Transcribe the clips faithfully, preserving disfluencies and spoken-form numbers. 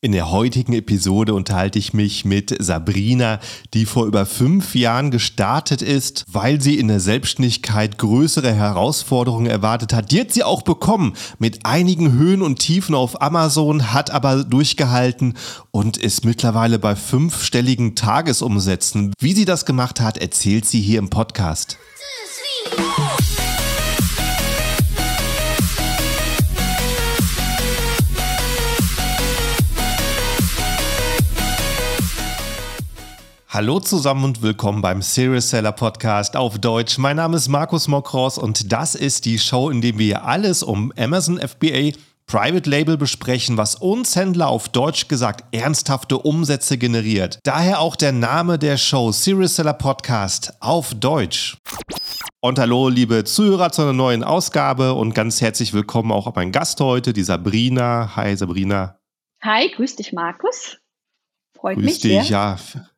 In der heutigen Episode unterhalte ich mich mit Sabrina, die vor über fünf Jahren gestartet ist, weil sie in der Selbstständigkeit größere Herausforderungen erwartet hat. Die hat sie auch bekommen mit einigen Höhen und Tiefen auf Amazon, hat aber durchgehalten und ist mittlerweile bei fünfstelligen Tagesumsätzen. Wie sie das gemacht hat, erzählt sie hier im Podcast. Hallo zusammen und willkommen beim Serious Seller Podcast auf Deutsch. Mein Name ist Markus Mokros und das ist die Show, in der wir alles um Amazon F B A Private Label besprechen, was uns Händler auf Deutsch gesagt ernsthafte Umsätze generiert. Daher auch der Name der Show Serious Seller Podcast auf Deutsch. Und hallo liebe Zuhörer zu einer neuen Ausgabe und ganz herzlich willkommen auch an meinen Gast heute, die Sabrina. Hi Sabrina. Hi, grüß dich Markus. Freut grüß mich dich, sehr. ja.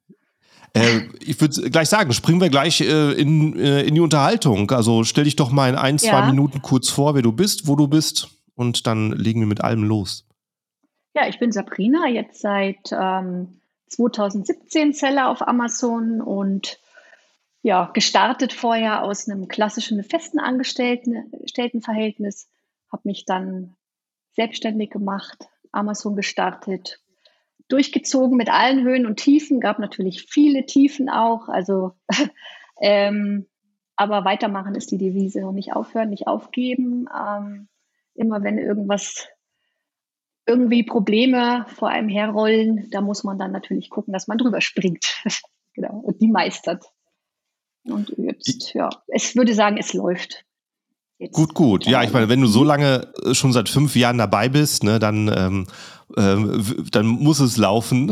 Ich würde gleich sagen, springen wir gleich äh, in, äh, in die Unterhaltung. Also stell dich doch mal in ein, Ja. zwei Minuten kurz vor, wer du bist, wo du bist und dann legen wir mit allem los. Ja, ich bin Sabrina, jetzt seit ähm, zweitausendsiebzehn Seller auf Amazon und ja, gestartet vorher aus einem klassischen festen Angestellten- Angestelltenverhältnis, habe mich dann selbstständig gemacht, Amazon gestartet, durchgezogen mit allen Höhen und Tiefen, gab natürlich viele Tiefen auch, also ähm, aber weitermachen ist die Devise und nicht aufhören, nicht aufgeben. Ähm, immer wenn irgendwas, irgendwie Probleme vor einem herrollen, da muss man dann natürlich gucken, dass man drüber springt genau, und die meistert. Und jetzt, ja, ich würde sagen, es läuft. Jetzt Gut, gut. Ja, ich meine, wenn du so lange äh, schon seit fünf Jahren dabei bist, ne, dann, ähm, ähm, w- dann muss es laufen.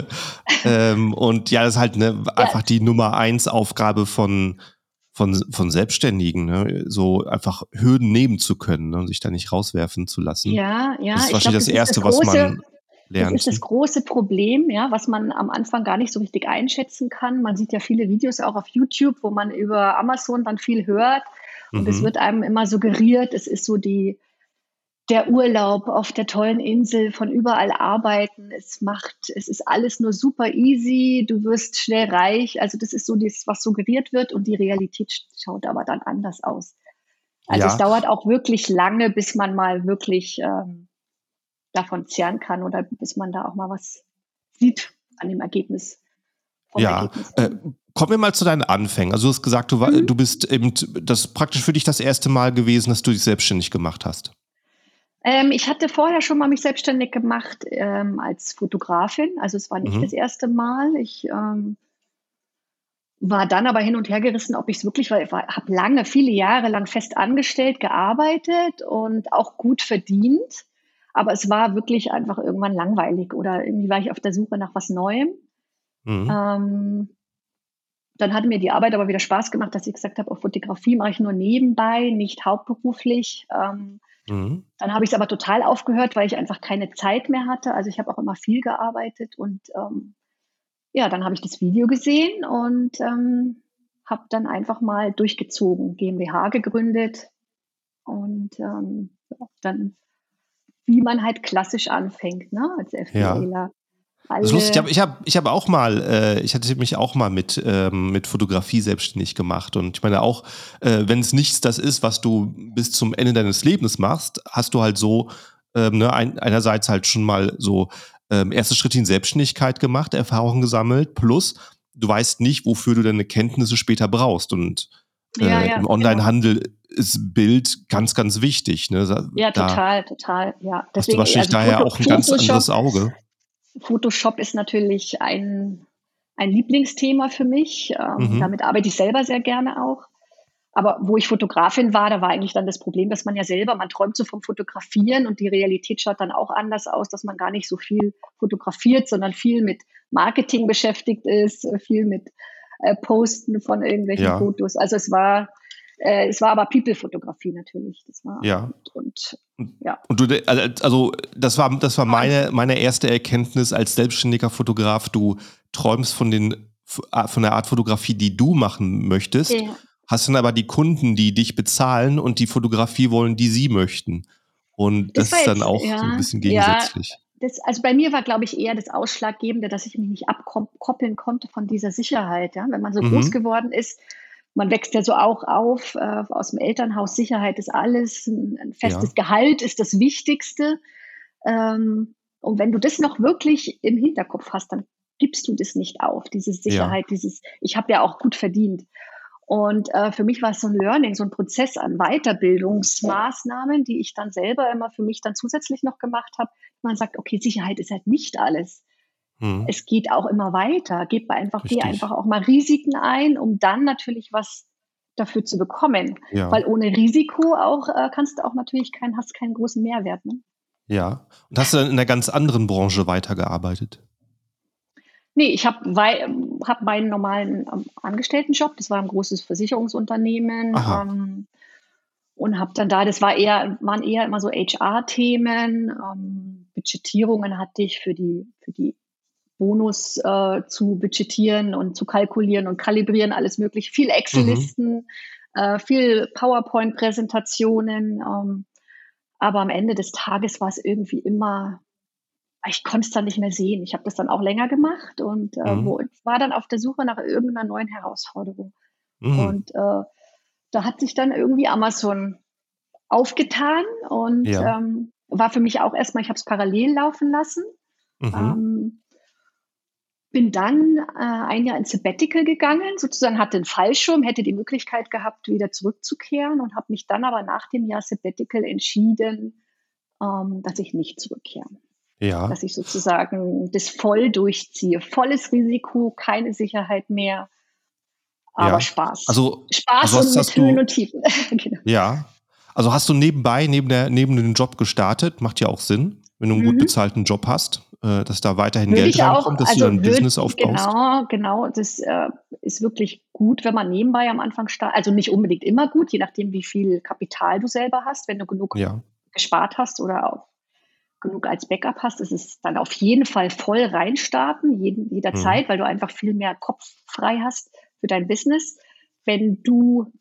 ähm, und ja, das ist halt ne, einfach die Nummer eins Aufgabe von, von, von Selbstständigen, ne, so einfach Hürden nehmen zu können, ne, und sich da nicht rauswerfen zu lassen. Ja, ja, Das ist ich wahrscheinlich glaube, das das ist Erste, das was große, man das lernt. ist das große Problem, ja, was man am Anfang gar nicht so richtig einschätzen kann. Man sieht ja viele Videos auch auf YouTube, wo man über Amazon dann viel hört und es Mhm. wird einem immer suggeriert, es ist so die, der Urlaub auf der tollen Insel, von überall arbeiten. Es macht, es ist alles nur super easy, du wirst schnell reich. Also das ist so das, was suggeriert wird und die Realität schaut aber dann anders aus. Also es Ja, dauert auch wirklich lange, bis man mal wirklich ähm, davon zehren kann oder bis man da auch mal was sieht an dem Ergebnis, vom ja. Ergebnis. Äh, kommen wir mal zu deinen Anfängen. Also du hast gesagt, du, war, Mhm. du bist eben t- das praktisch für dich das erste Mal gewesen, dass du dich selbstständig gemacht hast. Ähm, ich hatte vorher schon mal mich selbstständig gemacht ähm, als Fotografin. Also es war nicht das Mhm. erste Mal. Ich ähm, war dann aber hin und her gerissen, ob ich es wirklich, weil ich habe lange, viele Jahre lang fest angestellt gearbeitet und auch gut verdient. Aber es war wirklich einfach irgendwann langweilig oder irgendwie war ich auf der Suche nach was Neuem. Mhm. Ähm, Dann hat mir die Arbeit aber wieder Spaß gemacht, dass ich gesagt habe, auch Fotografie mache ich nur nebenbei, nicht hauptberuflich. Ähm, Mhm. dann habe ich es aber total aufgehört, weil ich einfach keine Zeit mehr hatte. Also ich habe auch immer viel gearbeitet und ähm, ja, dann habe ich das Video gesehen und ähm, habe dann einfach mal durchgezogen, GmbH gegründet und ähm, ja, dann, wie man halt klassisch anfängt, ne, als Ja. FBAler. Das ist lustig. Alle, Ich habe ich hab auch mal, äh, ich hatte mich auch mal mit, ähm, mit Fotografie selbstständig gemacht. Und ich meine auch, äh, wenn es nichts das ist, was du bis zum Ende deines Lebens machst, hast du halt so, ähm, ne, ein, einerseits halt schon mal so ähm, erste Schritte in Selbstständigkeit gemacht, Erfahrungen gesammelt, plus du weißt nicht, wofür du deine Kenntnisse später brauchst. Und ja, äh, ja, im genau. Onlinehandel ist Bild ganz, ganz wichtig. Ne? Da Ja, da total, total, ja. hast du Deswegen, wahrscheinlich also daher Foto, auch ein ganz Photoshop, anderes Auge. Photoshop ist natürlich ein, ein Lieblingsthema für mich. Ähm, Mhm. damit arbeite ich selber sehr gerne auch. Aber wo ich Fotografin war, da war eigentlich dann das Problem, dass man ja selber, man träumt so vom Fotografieren und die Realität schaut dann auch anders aus, dass man gar nicht so viel fotografiert, sondern viel mit Marketing beschäftigt ist, äh, viel mit äh, Posten von irgendwelchen Ja, Fotos. Also es war, äh, es war aber People-Fotografie natürlich. Das war ja. und, und Und ja. und du, de- also also das war, das war Am meine, Anfang. meine erste Erkenntnis als selbstständiger Fotograf. Du träumst von den, von der Art Fotografie, die du machen möchtest, Ja. hast dann aber die Kunden, die dich bezahlen und die Fotografie wollen, die sie möchten. Und Das das war ist dann jetzt, auch so ein ja, bisschen ja, gegensätzlich. das, also bei mir war, glaube ich, eher das Ausschlaggebende, dass ich mich nicht abkoppeln konnte von dieser Sicherheit. Ja? Wenn man so groß Mhm. geworden ist, man wächst ja so auch auf, äh, aus dem Elternhaus, Sicherheit ist alles, ein, ein festes Ja, Gehalt ist das Wichtigste. Ähm, und wenn du das noch wirklich im Hinterkopf hast, dann gibst du das nicht auf, diese ja, Sicherheit, dieses, ich habe ja auch gut verdient. Und äh, für mich war es so ein Learning, so ein Prozess an Weiterbildungsmaßnahmen, die ich dann selber immer für mich dann zusätzlich noch gemacht habe. Man sagt, okay, Sicherheit ist halt nicht alles. mhm. Es geht auch immer weiter. Gib einfach, geh Richtig. einfach auch mal Risiken ein, um dann natürlich was dafür zu bekommen. Ja, Weil ohne Risiko auch äh, kannst du auch natürlich keinen, hast keinen großen Mehrwert. Ne? ja. Und hast du dann in einer ganz anderen Branche weitergearbeitet? Nee, ich habe hab meinen normalen ähm, Angestelltenjob, das war ein großes Versicherungsunternehmen, Aha. ähm, und habe dann da, das war eher, waren eher immer so H R-Themen, ähm, Budgetierungen hatte ich für die, für die Bonus äh, zu budgetieren und zu kalkulieren und kalibrieren, alles mögliche, viel Mhm. Excel-Listen, äh, viel PowerPoint-Präsentationen, ähm, aber am Ende des Tages war es irgendwie immer, ich konnte es dann nicht mehr sehen. Ich habe das dann auch länger gemacht und äh, Mhm. wo, war dann auf der Suche nach irgendeiner neuen Herausforderung. Mhm. Und äh, da hat sich dann irgendwie Amazon aufgetan und Ja. ähm, war für mich auch erstmal, ich habe es parallel laufen lassen. Mhm. Ähm, bin dann äh, ein Jahr ins Sabbatical gegangen, sozusagen hatte einen Fallschirm, hätte die Möglichkeit gehabt, wieder zurückzukehren und habe mich dann aber nach dem Jahr Sabbatical entschieden, ähm, dass ich nicht zurückkehre. Dass Ja. ich sozusagen das voll durchziehe. Volles Risiko, keine Sicherheit mehr, aber Ja. Spaß. Also Spaß also und hast mit hast Höhen du und Tiefen. Genau. ja. Also hast du nebenbei, neben der neben dem Job gestartet? Macht ja auch Sinn, wenn du 'n gut Mhm. bezahlten Job hast, äh, dass da weiterhin Würde Geld ich auch, reinkommt, dass du also dein würde, Business aufbaust? genau, genau, das äh, ist wirklich gut, wenn man nebenbei am Anfang startet. Also nicht unbedingt immer gut, je nachdem, wie viel Kapital du selber hast. Wenn du genug Ja. gespart hast oder auch genug als Backup hast, ist es dann auf jeden Fall voll reinstarten, jeden, Mhm. jederzeit, weil du einfach viel mehr Kopf frei hast für dein Business. Wenn du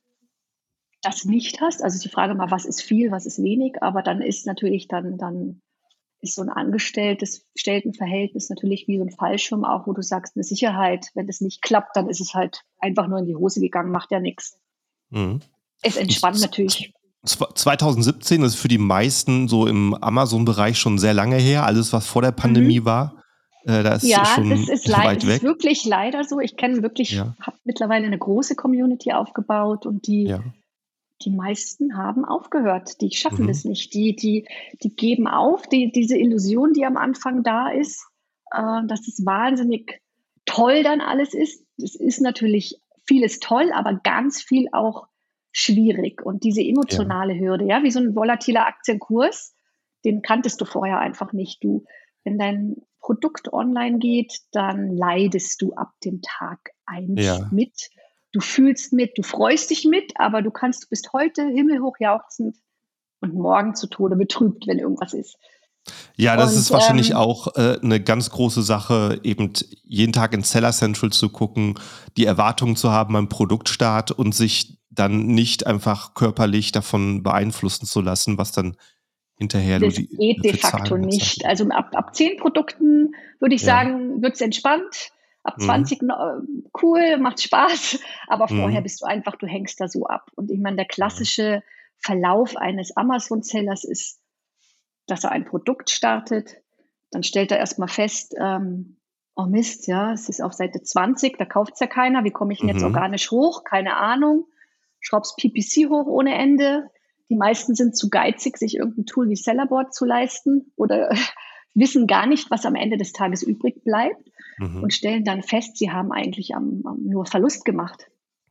das nicht hast, also ist die Frage mal, was ist viel, was ist wenig, aber dann ist natürlich dann, dann ist so ein angestelltes Stelltenverhältnis natürlich wie so ein Fallschirm auch, wo du sagst, eine Sicherheit. Wenn das nicht klappt, dann ist es halt einfach nur in die Hose gegangen, macht ja nichts. Mhm. Es Und entspannt z z natürlich. zw zwanzig siebzehn ist für die meisten so im Amazon-Bereich schon sehr lange her. Alles, was vor der Pandemie Mhm. war, äh, das ist Ja, das schon ist lei weit es ist weg. wirklich leider so. Ich kenne wirklich, Ja, habe mittlerweile eine große Community aufgebaut und die ja. die meisten haben aufgehört. Die schaffen Mhm. das nicht. Die die die geben auf. Die diese Illusion, die am Anfang da ist, äh, dass es wahnsinnig toll dann alles ist. Es ist natürlich vieles toll, aber ganz viel auch schwierig. Und diese Ja, emotionale Hürde, ja, wie so ein volatiler Aktienkurs, den kanntest du vorher einfach nicht. Du, wenn dein Produkt online geht, dann leidest du ab dem Tag eins ja. mit. Du fühlst mit, du freust dich mit, aber du kannst, du bist heute himmelhoch jauchzend und morgen zu Tode betrübt, wenn irgendwas ist. Ja, das Und ist wahrscheinlich ähm, auch, äh, 'ne ganz große Sache, eben jeden Tag in Seller Central zu gucken, die Erwartungen zu haben beim Produktstart und sich dann nicht einfach körperlich davon beeinflussen zu lassen, was dann hinterher du das die geht de für facto Zahlen nicht. bezeichnen. Also ab, ab zehn Produkten würde ich Ja. sagen, wird es entspannt. Ab Mhm. zwanzig no- cool, macht Spaß. Aber vorher Mhm. bist du einfach, du hängst da so ab. Und ich meine, der Ja. klassische Verlauf eines Amazon-Sellers ist, dass er ein Produkt startet, dann stellt er erstmal fest, ähm, oh Mist, ja, es ist auf Seite zwanzig, da kauft es ja keiner, wie komme ich denn jetzt Mhm. organisch hoch? Keine Ahnung. Schraubst P P C hoch ohne Ende. Die meisten sind zu geizig, sich irgendein Tool wie Sellerboard zu leisten oder wissen gar nicht, was am Ende des Tages übrig bleibt Mhm. und stellen dann fest, sie haben eigentlich am, am nur Verlust gemacht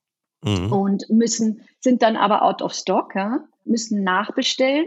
Mhm. und müssen, sind dann aber out of stock, ja, müssen nachbestellen.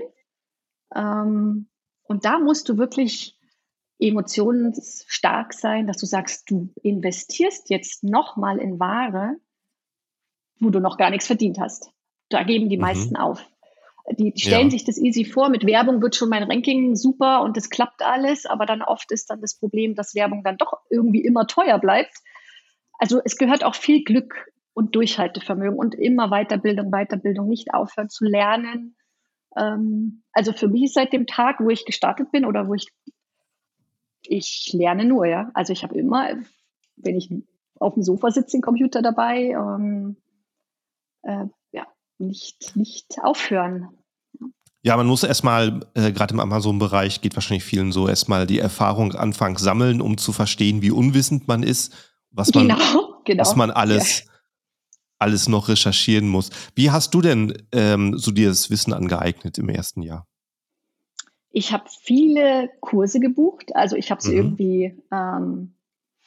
Ähm, und da musst du wirklich emotionsstark sein, dass du sagst, du investierst jetzt nochmal in Ware, wo du noch gar nichts verdient hast. Da geben die Mhm. meisten auf. Die, die stellen Ja. sich das easy vor, mit Werbung wird schon mein Ranking super und das klappt alles, aber dann oft ist dann das Problem, dass Werbung dann doch irgendwie immer teuer bleibt. Also es gehört auch viel Glück und Durchhaltevermögen und immer Weiterbildung, Weiterbildung, nicht aufhören zu lernen. Ähm, also für mich seit dem Tag, wo ich gestartet bin oder wo ich Ich lerne nur, ja. Also ich habe immer, wenn ich auf dem Sofa sitze, den Computer dabei, ähm, äh, ja, nicht, nicht aufhören. Ja, man muss erstmal, äh, gerade im Amazon-Bereich geht wahrscheinlich vielen so, erstmal die Erfahrung anfangs sammeln, um zu verstehen, wie unwissend man ist, was man, Genau, was genau. man Ja. alles, alles noch recherchieren muss. Wie hast du denn ähm, so dir das Wissen angeeignet im ersten Jahr? Ich habe viele Kurse gebucht. Also ich habe es Mhm. irgendwie, ähm,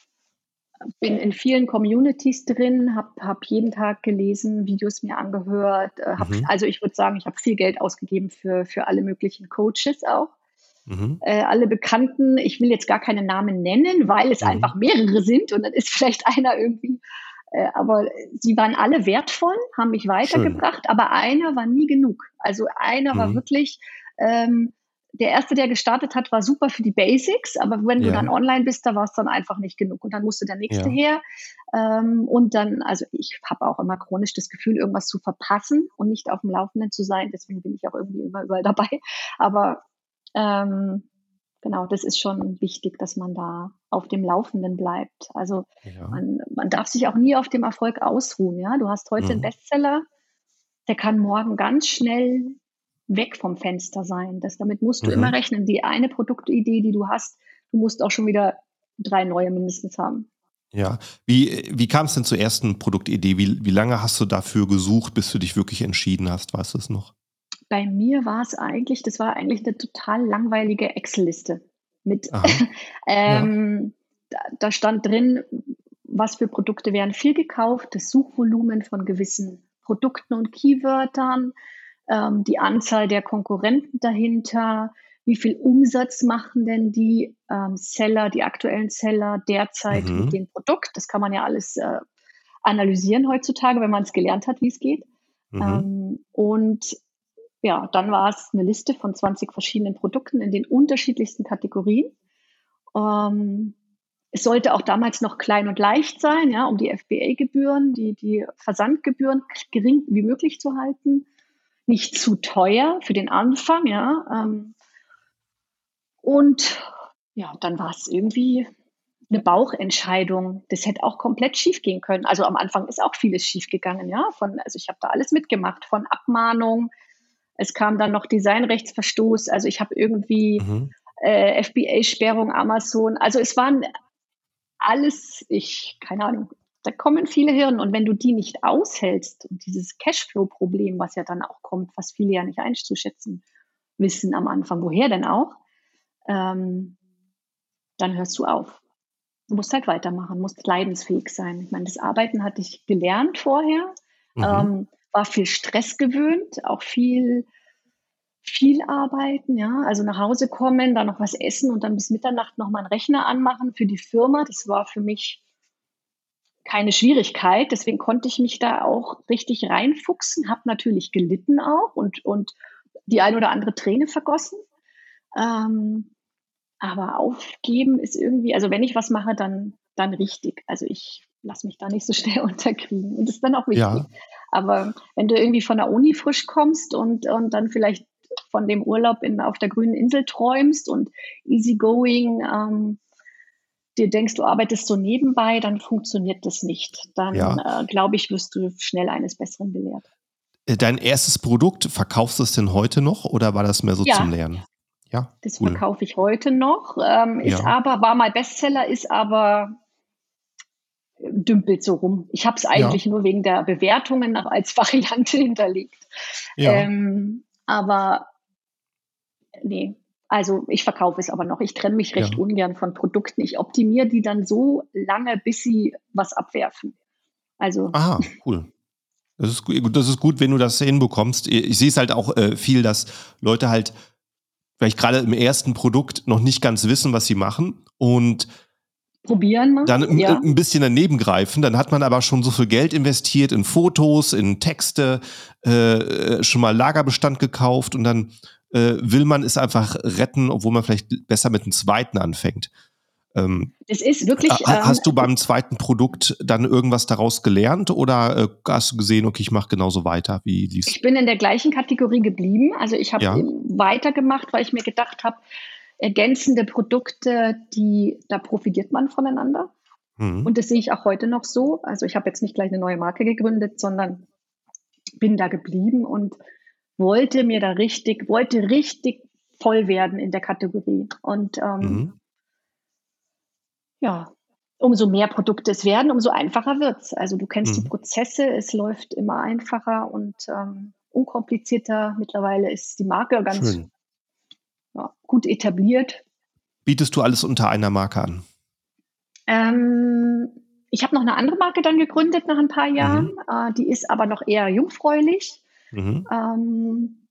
bin in vielen Communities drin, habe hab jeden Tag gelesen, Videos mir angehört. Äh, hab, Mhm. also ich würde sagen, ich habe viel Geld ausgegeben für, für alle möglichen Coaches auch. Mhm. Äh, alle Bekannten, ich will jetzt gar keine Namen nennen, weil es Mhm. einfach mehrere sind und dann ist vielleicht einer irgendwie, äh, aber sie waren alle wertvoll, haben mich Schön. weitergebracht, aber einer war nie genug. Also einer war Mhm. wirklich, ähm, der erste, der gestartet hat, war super für die Basics, aber wenn du dann Ja, online bist, da war es dann einfach nicht genug und dann musste der nächste ja. her. Ähm, und dann, also ich habe auch immer chronisch das Gefühl, irgendwas zu verpassen und nicht auf dem Laufenden zu sein. Deswegen bin ich auch irgendwie immer überall dabei. Aber ähm, genau, das ist schon wichtig, dass man da auf dem Laufenden bleibt. Also Ja. man, man darf sich auch nie auf dem Erfolg ausruhen. Ja? Du hast heute einen Mhm. Bestseller, der kann morgen ganz schnell weg vom Fenster sein. Das, damit musst du immer Mhm. rechnen. Die eine Produktidee, die du hast, du musst auch schon wieder drei neue mindestens haben. Ja. Wie, wie kam es denn zur ersten Produktidee? Wie, wie lange hast du dafür gesucht, bis du dich wirklich entschieden hast? Weißt du es noch? Bei mir war es eigentlich, das war eigentlich eine total langweilige Excel-Liste mit, Aha. Ja. ähm, da, da stand drin, was für Produkte werden viel gekauft, das Suchvolumen von gewissen Produkten und Keywörtern, ähm, die Anzahl der Konkurrenten dahinter, wie viel Umsatz machen denn die ähm, Seller, die aktuellen Seller derzeit mit Mhm. dem Produkt. Das kann man ja alles äh, analysieren heutzutage, wenn man es gelernt hat, wie es geht. Mhm. Ähm, und ja, dann war es eine Liste von zwanzig verschiedenen Produkten in den unterschiedlichsten Kategorien. Ähm, es sollte auch damals noch klein und leicht sein, ja, um die F B A-Gebühren, die, die Versandgebühren gering wie möglich zu halten. Nicht zu teuer für den Anfang, ja. Ähm, und ja, dann war es irgendwie eine Bauchentscheidung. Das hätte auch komplett schief gehen können. Also am Anfang ist auch vieles schief gegangen, ja. Von, also ich habe da alles mitgemacht, von Abmahnung. Es kam dann noch Designrechtsverstoß. Also ich habe irgendwie Mhm. äh, F B A-Sperrung, Amazon. Also es waren alles, ich, keine Ahnung, da kommen viele Hirn und wenn du die nicht aushältst und dieses Cashflow-Problem, was ja dann auch kommt, was viele ja nicht einzuschätzen wissen am Anfang, woher denn auch, ähm, dann hörst du auf. Du musst halt weitermachen, musst leidensfähig sein. Ich meine, das Arbeiten hatte ich gelernt vorher, Mhm. ähm, war viel Stress gewöhnt, auch viel viel arbeiten, ja, also nach Hause kommen, dann noch was essen und dann bis Mitternacht noch mal 'n Rechner anmachen für die Firma. Das war für mich keine Schwierigkeit. Deswegen konnte ich mich da auch richtig reinfuchsen, habe natürlich gelitten auch und und die ein oder andere Träne vergossen. Ähm, aber aufgeben ist irgendwie, also wenn ich was mache, dann dann richtig. Also ich lasse mich da nicht so schnell unterkriegen und das ist dann auch wichtig. Ja. Aber wenn du irgendwie von der Uni frisch kommst und und dann vielleicht von dem Urlaub in auf der grünen Insel träumst und easy going, ähm, dir denkst, du arbeitest so nebenbei, dann funktioniert das nicht. Dann, Ja. äh, glaube ich, wirst du schnell eines Besseren belehrt. Äh, Dein erstes Produkt, verkaufst du es denn heute noch oder war das mehr so zum Ja, Lernen? Ja, das cool. verkaufe ich heute noch, ähm, ist Ja. aber war mal Bestseller, ist aber dümpelt so rum. Ich habe es Ja. eigentlich nur wegen der Bewertungen noch als Variante hinterlegt. Ja. Ähm, aber ne, also ich verkaufe es aber noch. Ich trenne mich recht Ja. ungern von Produkten. Ich optimiere die dann so lange, bis sie was abwerfen. Also Aha, cool. Das ist gu das ist gut, wenn du das hinbekommst. I ich sehe es halt auch, äh, viel, dass Leute halt vielleicht grade im ersten Produkt noch nicht ganz wissen, was sie machen und probieren mal, dann 'n ja. 'n bisschen daneben greifen. Dann hat man aber schon so viel Geld investiert in Fotos, in Texte, äh, schon mal Lagerbestand gekauft und dann, äh, will man es einfach retten, obwohl man vielleicht besser mit 'm zweiten anfängt. Ähm, Es ist ha wirklich, ähm, hast du beim zweiten Produkt dann irgendwas daraus gelernt oder, äh, hast du gesehen: „Okay, ich mache genauso weiter“? Wie lief's? ich bin in der gleichen Kategorie geblieben. Also ich habe Ja? weitergemacht, weil ich mir gedacht habe, ergänzende Produkte, die da profitiert man voneinander. Mhm. Und das sehe ich auch heute noch so. Also ich habe jetzt nicht gleich eine neue Marke gegründet, sondern bin da geblieben und wollte mir da richtig, wollte richtig voll werden in der Kategorie. Und ähm, Mhm. ja, umso mehr Produkte es werden, umso einfacher wird's. Also du kennst die Mhm. Prozesse, es läuft immer einfacher und ähm, unkomplizierter. Mittlerweile ist die Marke ganz Schön. ja, gut etabliert. Bietest du alles unter einer Marke an? Ähm, ich habe noch eine andere Marke dann gegründet nach ein paar Jahren. Mhm. Äh, die ist aber noch eher jungfräulich. Mhm. Ähm,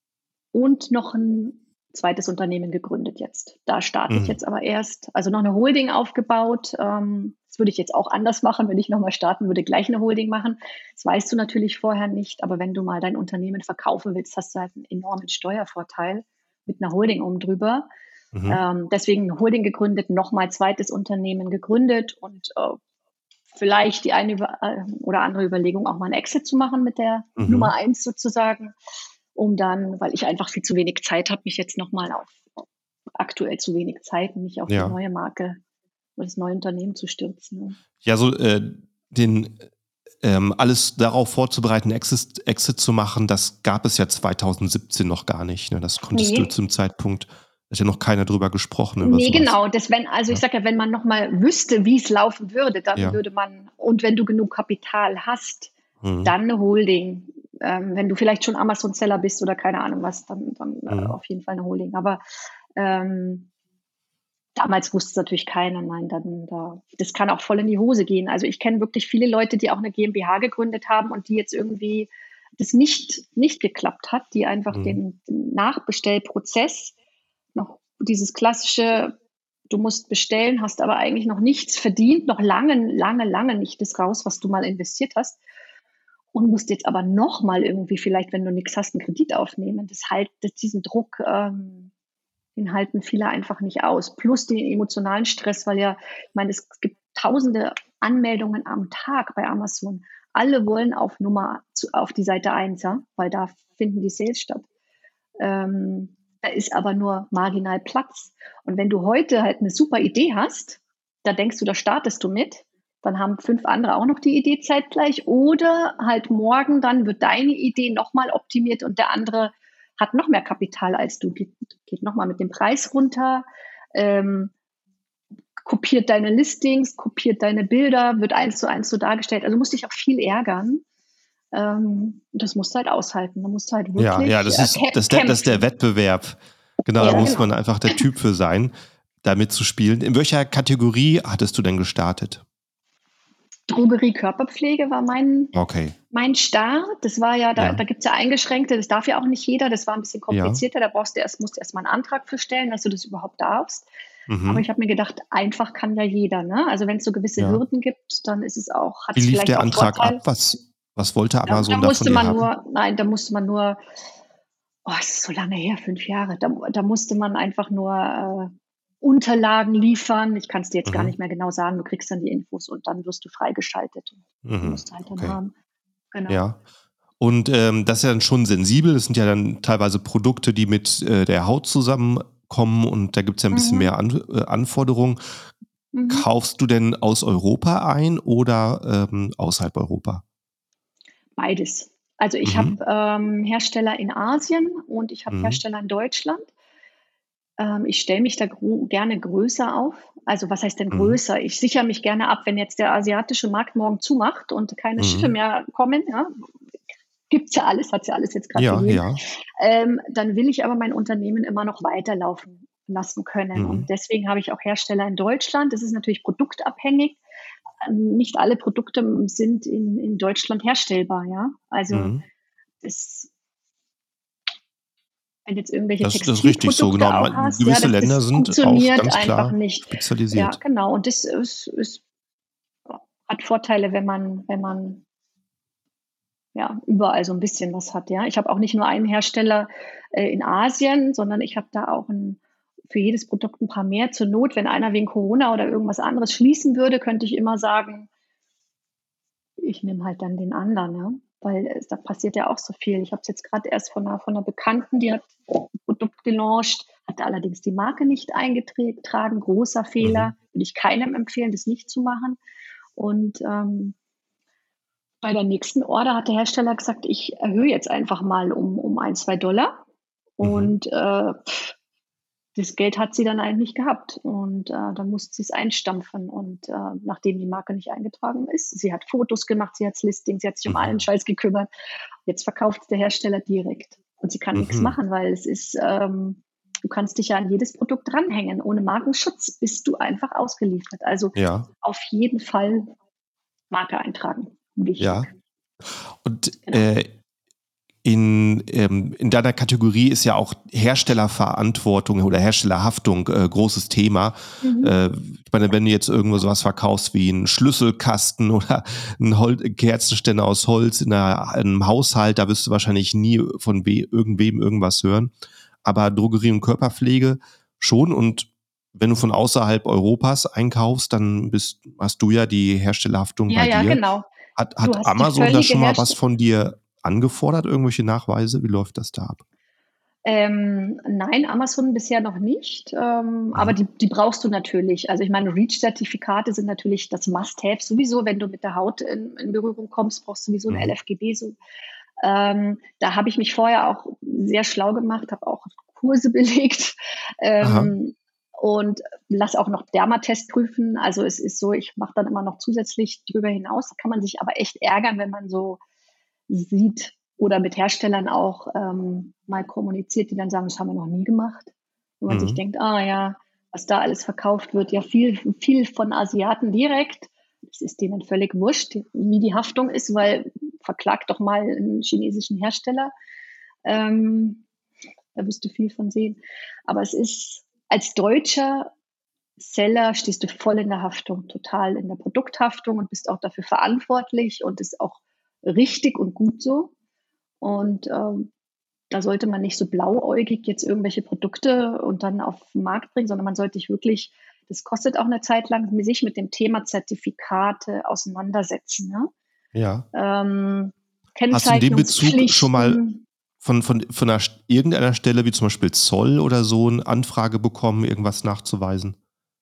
und noch ein zweites Unternehmen gegründet jetzt. Da starte ich Mhm. jetzt aber erst, also noch eine Holding aufgebaut. Ähm, das würde ich jetzt auch anders machen, wenn ich noch mal starten würde, gleich eine Holding machen. Das weißt du natürlich vorher nicht, aber wenn du mal dein Unternehmen verkaufen willst, hast du halt einen enormen Steuervorteil mit einer Holding oben drüber. Mhm. Ähm, deswegen eine Holding gegründet, noch mal zweites Unternehmen gegründet und äh, vielleicht die eine über, äh, oder andere Überlegung, auch mal einen Exit zu machen mit der Mhm. Nummer eins sozusagen, um dann, weil ich einfach viel zu wenig Zeit habe, mich jetzt nochmal auf aktuell zu wenig Zeit, mich auf die Ja. neue Marke oder das neue Unternehmen zu stürzen. Ne? Ja, so, äh, den ähm, alles darauf vorzubereiten, Exit Exit zu machen, das gab es ja zwanzig siebzehn noch gar nicht, ne? Das konntest du Nee, zum Zeitpunkt, hat ja noch keiner drüber gesprochen über nee, sowas. genau. Das, wenn, also ich Ja. sage ja, wenn man nochmal wüsste, wie es laufen würde, dann Ja. würde man, und wenn du genug Kapital hast, Mhm. dann eine Holding. Ähm, wenn du vielleicht schon Amazon-Seller bist oder keine Ahnung was, dann, dann äh, Mhm. auf jeden Fall eine Holding. Aber ähm, damals wusste es natürlich keiner, nein, dann da, das kann auch voll in die Hose gehen. Also ich kenne wirklich viele Leute, die auch eine GmbH gegründet haben und die jetzt irgendwie das nicht, nicht geklappt hat, die einfach Mhm. den, den Nachbestellprozess noch dieses klassische, du musst bestellen, hast aber eigentlich noch nichts verdient, noch lange, lange, lange nicht das raus, was du mal investiert hast und musst jetzt aber noch mal irgendwie vielleicht, wenn du nichts hast, einen Kredit aufnehmen. Das halt, das, diesen Druck, ähm, den halten viele einfach nicht aus. Plus den emotionalen Stress, weil ja, ich meine, es gibt tausende Anmeldungen am Tag bei Amazon. Alle wollen auf Nummer, zu, auf die Seite eins, ja, weil da finden die Sales statt. Ähm, da ist aber nur marginal Platz. Und wenn du heute halt eine super Idee hast, da denkst du, da startest du mit, dann haben fünf andere auch noch die Idee zeitgleich. Oder halt morgen dann wird deine Idee nochmal optimiert und der andere hat noch mehr Kapital als du, geht, geht nochmal mit dem Preis runter, ähm, kopiert deine Listings, kopiert deine Bilder, wird eins zu eins so dargestellt. Also musst dich auch viel ärgern. Ähm, das musst du halt aushalten. Da musst du halt Ja, ja, wirklich das äh, ist kä das ist der das ist der kämpfen. Wettbewerb. Genau, da Ja, muss genau. man einfach der Typ für sein, da mitzuspielen. In welcher Kategorie hattest du denn gestartet? Drogerie, Körperpflege war mein, Okay. mein Start. Das war ja, da, Ja. da gibt es ja Eingeschränkte, das darf ja auch nicht jeder. Das war ein bisschen Ja. komplizierter. Da brauchst du erst, musst du erst mal einen Antrag für stellen, dass du das überhaupt darfst. Aber Mhm. ich habe mir gedacht, einfach kann ja jeder. Ne? Also wenn es so gewisse Ja. Hürden gibt, dann ist es auch, hat Wie es lief vielleicht der auch Antrag ab? Vorteile. Was was wollte Da, da Amazon da von musste dir man haben? nur, nein, da musste man nur, oh, es ist so lange her, fünf Jahre. Da, da musste man einfach nur äh, Unterlagen liefern. Ich kann es dir jetzt gar Mhm. nicht mehr genau sagen. Du kriegst dann die Infos und dann wirst du freigeschaltet. Die Mhm. musst du halt dann Okay. haben. Genau. Ja. Und, ähm, das ist ja dann schon sensibel. Das sind ja dann teilweise Produkte, die mit, äh, der Haut zusammenkommen und da gibt's ja ein bisschen Mhm. mehr An äh, Anforderungen. Mhm. Kaufst du denn aus Europa ein oder, ähm, außerhalb Europa? Beides. Also ich habe Mhm. ähm, Hersteller in Asien und ich habe Mhm. Hersteller in Deutschland. Ähm, ich stelle mich da gro gerne größer auf. Also was heißt denn Mhm. größer? Ich sichere mich gerne ab, wenn jetzt der asiatische Markt morgen zumacht und keine Schiffe Mhm. mehr kommen, ja, gibt's ja alles, hat's ja alles jetzt gerade Ja, gegeben. ja. Ähm, dann will ich aber mein Unternehmen immer noch weiterlaufen lassen können. Mhm. Und deswegen habe ich auch Hersteller in Deutschland. Das ist natürlich produktabhängig. Ähm, Nicht alle Produkte sind in, in Deutschland herstellbar, ja. Also Mhm. das, wenn du jetzt irgendwelche Das das ist richtig so, genau. Textilprodukte auch Man hast, ja, gewisse das, Länder das sind auch funktioniert ganz einfach klar nicht. Ja, spezialisiert. genau. Und das ist, ist, hat Vorteile, wenn man, wenn man ja, überall so ein bisschen was hat, ja. Ich habe auch nicht nur einen Hersteller, äh, in Asien, sondern ich habe da auch 'n für jedes Produkt ein paar mehr. Zur Not, wenn einer wegen Corona oder irgendwas anderes schließen würde, könnte ich immer sagen: „Ich nehme halt dann den anderen“, ja. weil äh, da passiert ja auch so viel. Ich habe es jetzt gerade erst von einer, von einer Bekannten, die hat ein Produkt gelauncht, hatte allerdings die Marke nicht eingetragen. Großer Mhm. Fehler. Würde ich keinem empfehlen, das nicht zu machen. Und ähm, bei der nächsten Order hat der Hersteller gesagt, ich erhöhe jetzt einfach mal um, um ein, zwei Dollar. Mhm. Und äh, pff, das Geld hat sie dann eigentlich nicht gehabt. Und äh, dann musste sie es einstampfen. Und äh, nachdem die Marke nicht eingetragen ist, sie hat Fotos gemacht, sie hat das Listing, sie hat sich um allen Mhm. Scheiß gekümmert. Jetzt verkauft es der Hersteller direkt. Und sie kann nichts Mhm. machen, weil es ist, ähm, du kannst dich ja an jedes Produkt dranhängen. Ohne Markenschutz bist du einfach ausgeliefert. Also Ja, auf jeden Fall Marke eintragen. ja. Wichtig. Und Genau. äh, in, ähm, in deiner Kategorie ist ja auch Herstellerverantwortung oder Herstellerhaftung äh, großes Thema. Mhm. Äh, ich meine, wenn du jetzt irgendwo sowas verkaufst wie einen Schlüsselkasten oder einen Hol Kerzenständer aus Holz in, einer, in einem Haushalt, da wirst du wahrscheinlich nie von we irgendwem irgendwas hören. Aber Drogerie und Körperpflege schon. Und wenn du von außerhalb Europas einkaufst, dann bist, hast du ja die Herstellerhaftung Ja, bei ja, dir. genau. Hat, Du hat hast die Amazon da völlige schon mal was Herstellung. von dir angefordert, irgendwelche Nachweise? Wie läuft das da ab? Ähm, nein, Amazon bisher noch nicht, ähm, aber Mhm. die, die brauchst du natürlich. Also ich meine, REACH-Zertifikate sind natürlich das Must-Have sowieso. Wenn du mit der Haut in, in Berührung kommst, brauchst du sowieso ein Mhm. L F G B. So. Ähm, da habe ich mich vorher auch sehr schlau gemacht, habe auch Kurse belegt Aha. ähm, und lass auch noch Dermatest prüfen. Also es ist so, ich mache dann immer noch zusätzlich drüber hinaus. Da kann man sich aber echt ärgern, wenn man so sieht oder mit Herstellern auch ähm, mal kommuniziert, die dann sagen, das haben wir noch nie gemacht. Und man sich Mhm. denkt, ah ja, was da alles verkauft wird, ja viel, viel von Asiaten direkt. Es ist denen völlig wurscht, wie die Haftung ist, weil verklagt doch mal einen chinesischen Hersteller. Ähm, da wirst du viel von sehen. Aber es ist, als deutscher Seller stehst du voll in der Haftung, total in der Produkthaftung und bist auch dafür verantwortlich und ist auch richtig und gut so. Und ähm, da sollte man nicht so blauäugig jetzt irgendwelche Produkte und dann auf den Markt bringen, sondern man sollte sich wirklich, das kostet auch eine Zeit lang, sich mit dem Thema Zertifikate auseinandersetzen. Ne? Ja. Ähm, Hast du in dem Bezug schon mal Kennzeichnungspflichten. von, von, von einer, irgendeiner Stelle, wie zum Beispiel Zoll oder so, eine Anfrage bekommen, irgendwas nachzuweisen?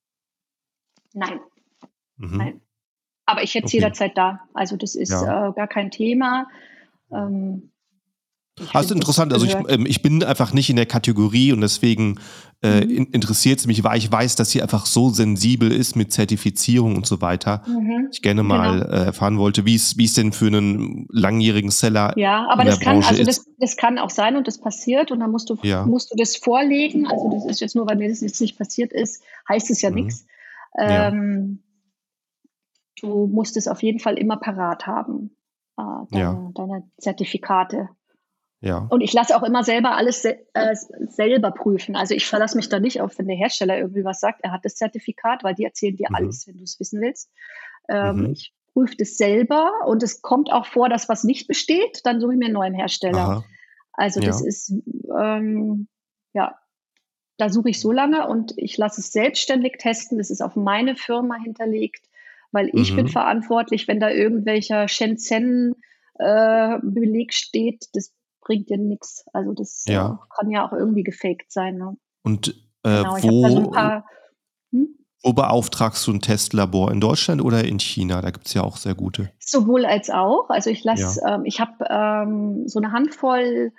Nein, Mhm. nein. Aber ich hätte es Okay. jederzeit da. Also das ist äh, Ja. gar kein Thema. Ja. Ähm, ich Ah, ist finde, das interessant. Also ich, gehört. ähm, ich bin einfach nicht in der Kategorie und deswegen äh, in, Mhm. interessiert es mich, weil ich weiß, dass sie einfach so sensibel ist mit Zertifizierung und so weiter. Mhm. Ich gerne mal Genau. äh, erfahren wollte, wie es wie es denn für einen langjährigen Seller Ja, aber in der das kann, Branche also ist. das, das kann auch sein und das passiert und dann musst du, Ja. musst du das vorlegen. Also das ist jetzt nur, weil mir das jetzt nicht passiert ist, heißt es ja Mhm. nichts. Ja. Ähm, du musst es auf jeden Fall immer parat haben, äh, Ja. deine, deine Zertifikate. Ja. Und ich lasse auch immer selber alles se äh, selber prüfen. Also ich verlasse mich da nicht auf, wenn der Hersteller irgendwie was sagt, er hat das Zertifikat, weil die erzählen dir Mhm. alles, wenn du es wissen willst. Ähm, Mhm. ich prüfe das selber und es kommt auch vor, dass was nicht besteht, dann suche ich mir einen neuen Hersteller. Aha. Also das Ja. ist, ähm, ja, da suche ich so lange und ich lasse es selbstständig testen. Das ist auf meine Firma hinterlegt, weil ich bin Mhm. verantwortlich, wenn da irgendwelcher Shenzhen-Beleg steht, das bringt dir nichts. Also das äh, Ja. kann ja auch irgendwie gefaked sein. Ne? Und äh, Genau, ich habe da so ein wo, paar. Hm? wo beauftragst du ein Testlabor? In Deutschland oder in China? Da gibt es ja auch sehr gute. Sowohl als auch. Also ich lasse, Ja. ähm, ich habe ähm, so eine Handvoll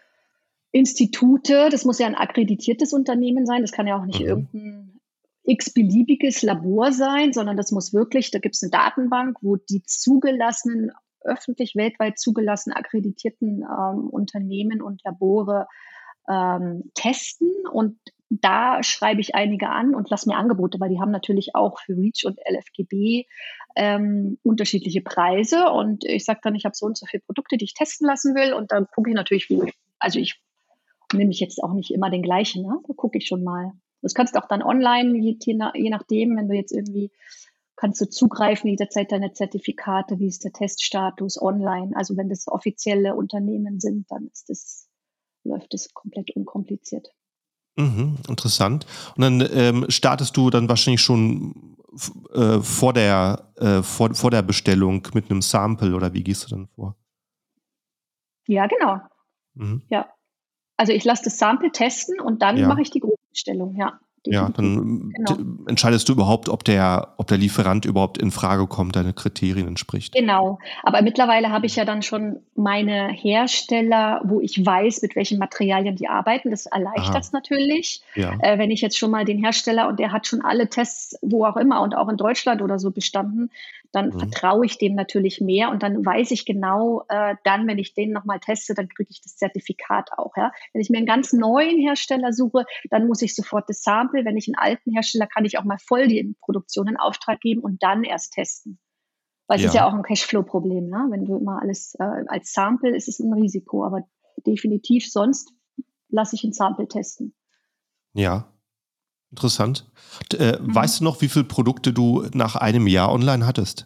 Institute, das muss ja ein akkreditiertes Unternehmen sein, das kann ja auch nicht Mhm. irgendein x-beliebiges Labor sein, sondern das muss wirklich, da gibt es eine Datenbank, wo die zugelassenen, öffentlich weltweit zugelassenen, akkreditierten ähm, Unternehmen und Labore ähm, testen und da schreibe ich einige an und lasse mir Angebote, weil die haben natürlich auch für REACH und L F G B ähm, unterschiedliche Preise und ich sage dann, ich habe so und so viele Produkte, die ich testen lassen will und dann gucke ich natürlich, wie, also ich nehme ich jetzt auch nicht immer den gleichen, ne? Da gucke ich schon mal. Das kannst du auch dann online, je, je nachdem, wenn du jetzt irgendwie, kannst du zugreifen jederzeit deine Zertifikate, wie ist der Teststatus online. Also wenn das offizielle Unternehmen sind, dann ist das, läuft das komplett unkompliziert. Mhm, interessant. Und dann ähm, startest du dann wahrscheinlich schon f- äh, vor der, äh, vor, vor der Bestellung mit einem Sample oder wie gehst du dann vor? Ja, genau. Mhm. Ja. Also ich lasse das Sample testen und dann Ja. mache ich die Großbestellung, ja, Ja, definitiv. dann t Genau. entscheidest du überhaupt, ob der ob der Lieferant überhaupt in Frage kommt, deine Kriterien entspricht. Genau. Aber mittlerweile habe ich ja dann schon meine Hersteller, wo ich weiß, mit welchen Materialien die arbeiten. Das Aha. erleichtert's natürlich. Ja. Äh, wenn ich jetzt schon mal den Hersteller und der hat schon alle Tests, wo auch immer und auch in Deutschland oder so bestanden, dann Mhm. vertraue ich dem natürlich mehr und dann weiß ich genau, äh, dann, wenn ich den noch mal teste, dann kriege ich das Zertifikat auch, ja. Wenn ich mir 'n ganz neuen Hersteller suche, dann muss ich sofort das Sample. Wenn ich 'n alten Hersteller kann ich auch mal voll die Produktion in Auftrag geben und dann erst testen. Weil es ist ja Ja. auch 'n Cashflow-Problem, ne? Wenn du immer alles, äh, als Sample ist es 'n Risiko, aber definitiv sonst lasse ich 'n Sample testen. Ja, interessant. D äh, Mhm. weißt du noch, wie viel Produkte du nach einem Jahr online hattest?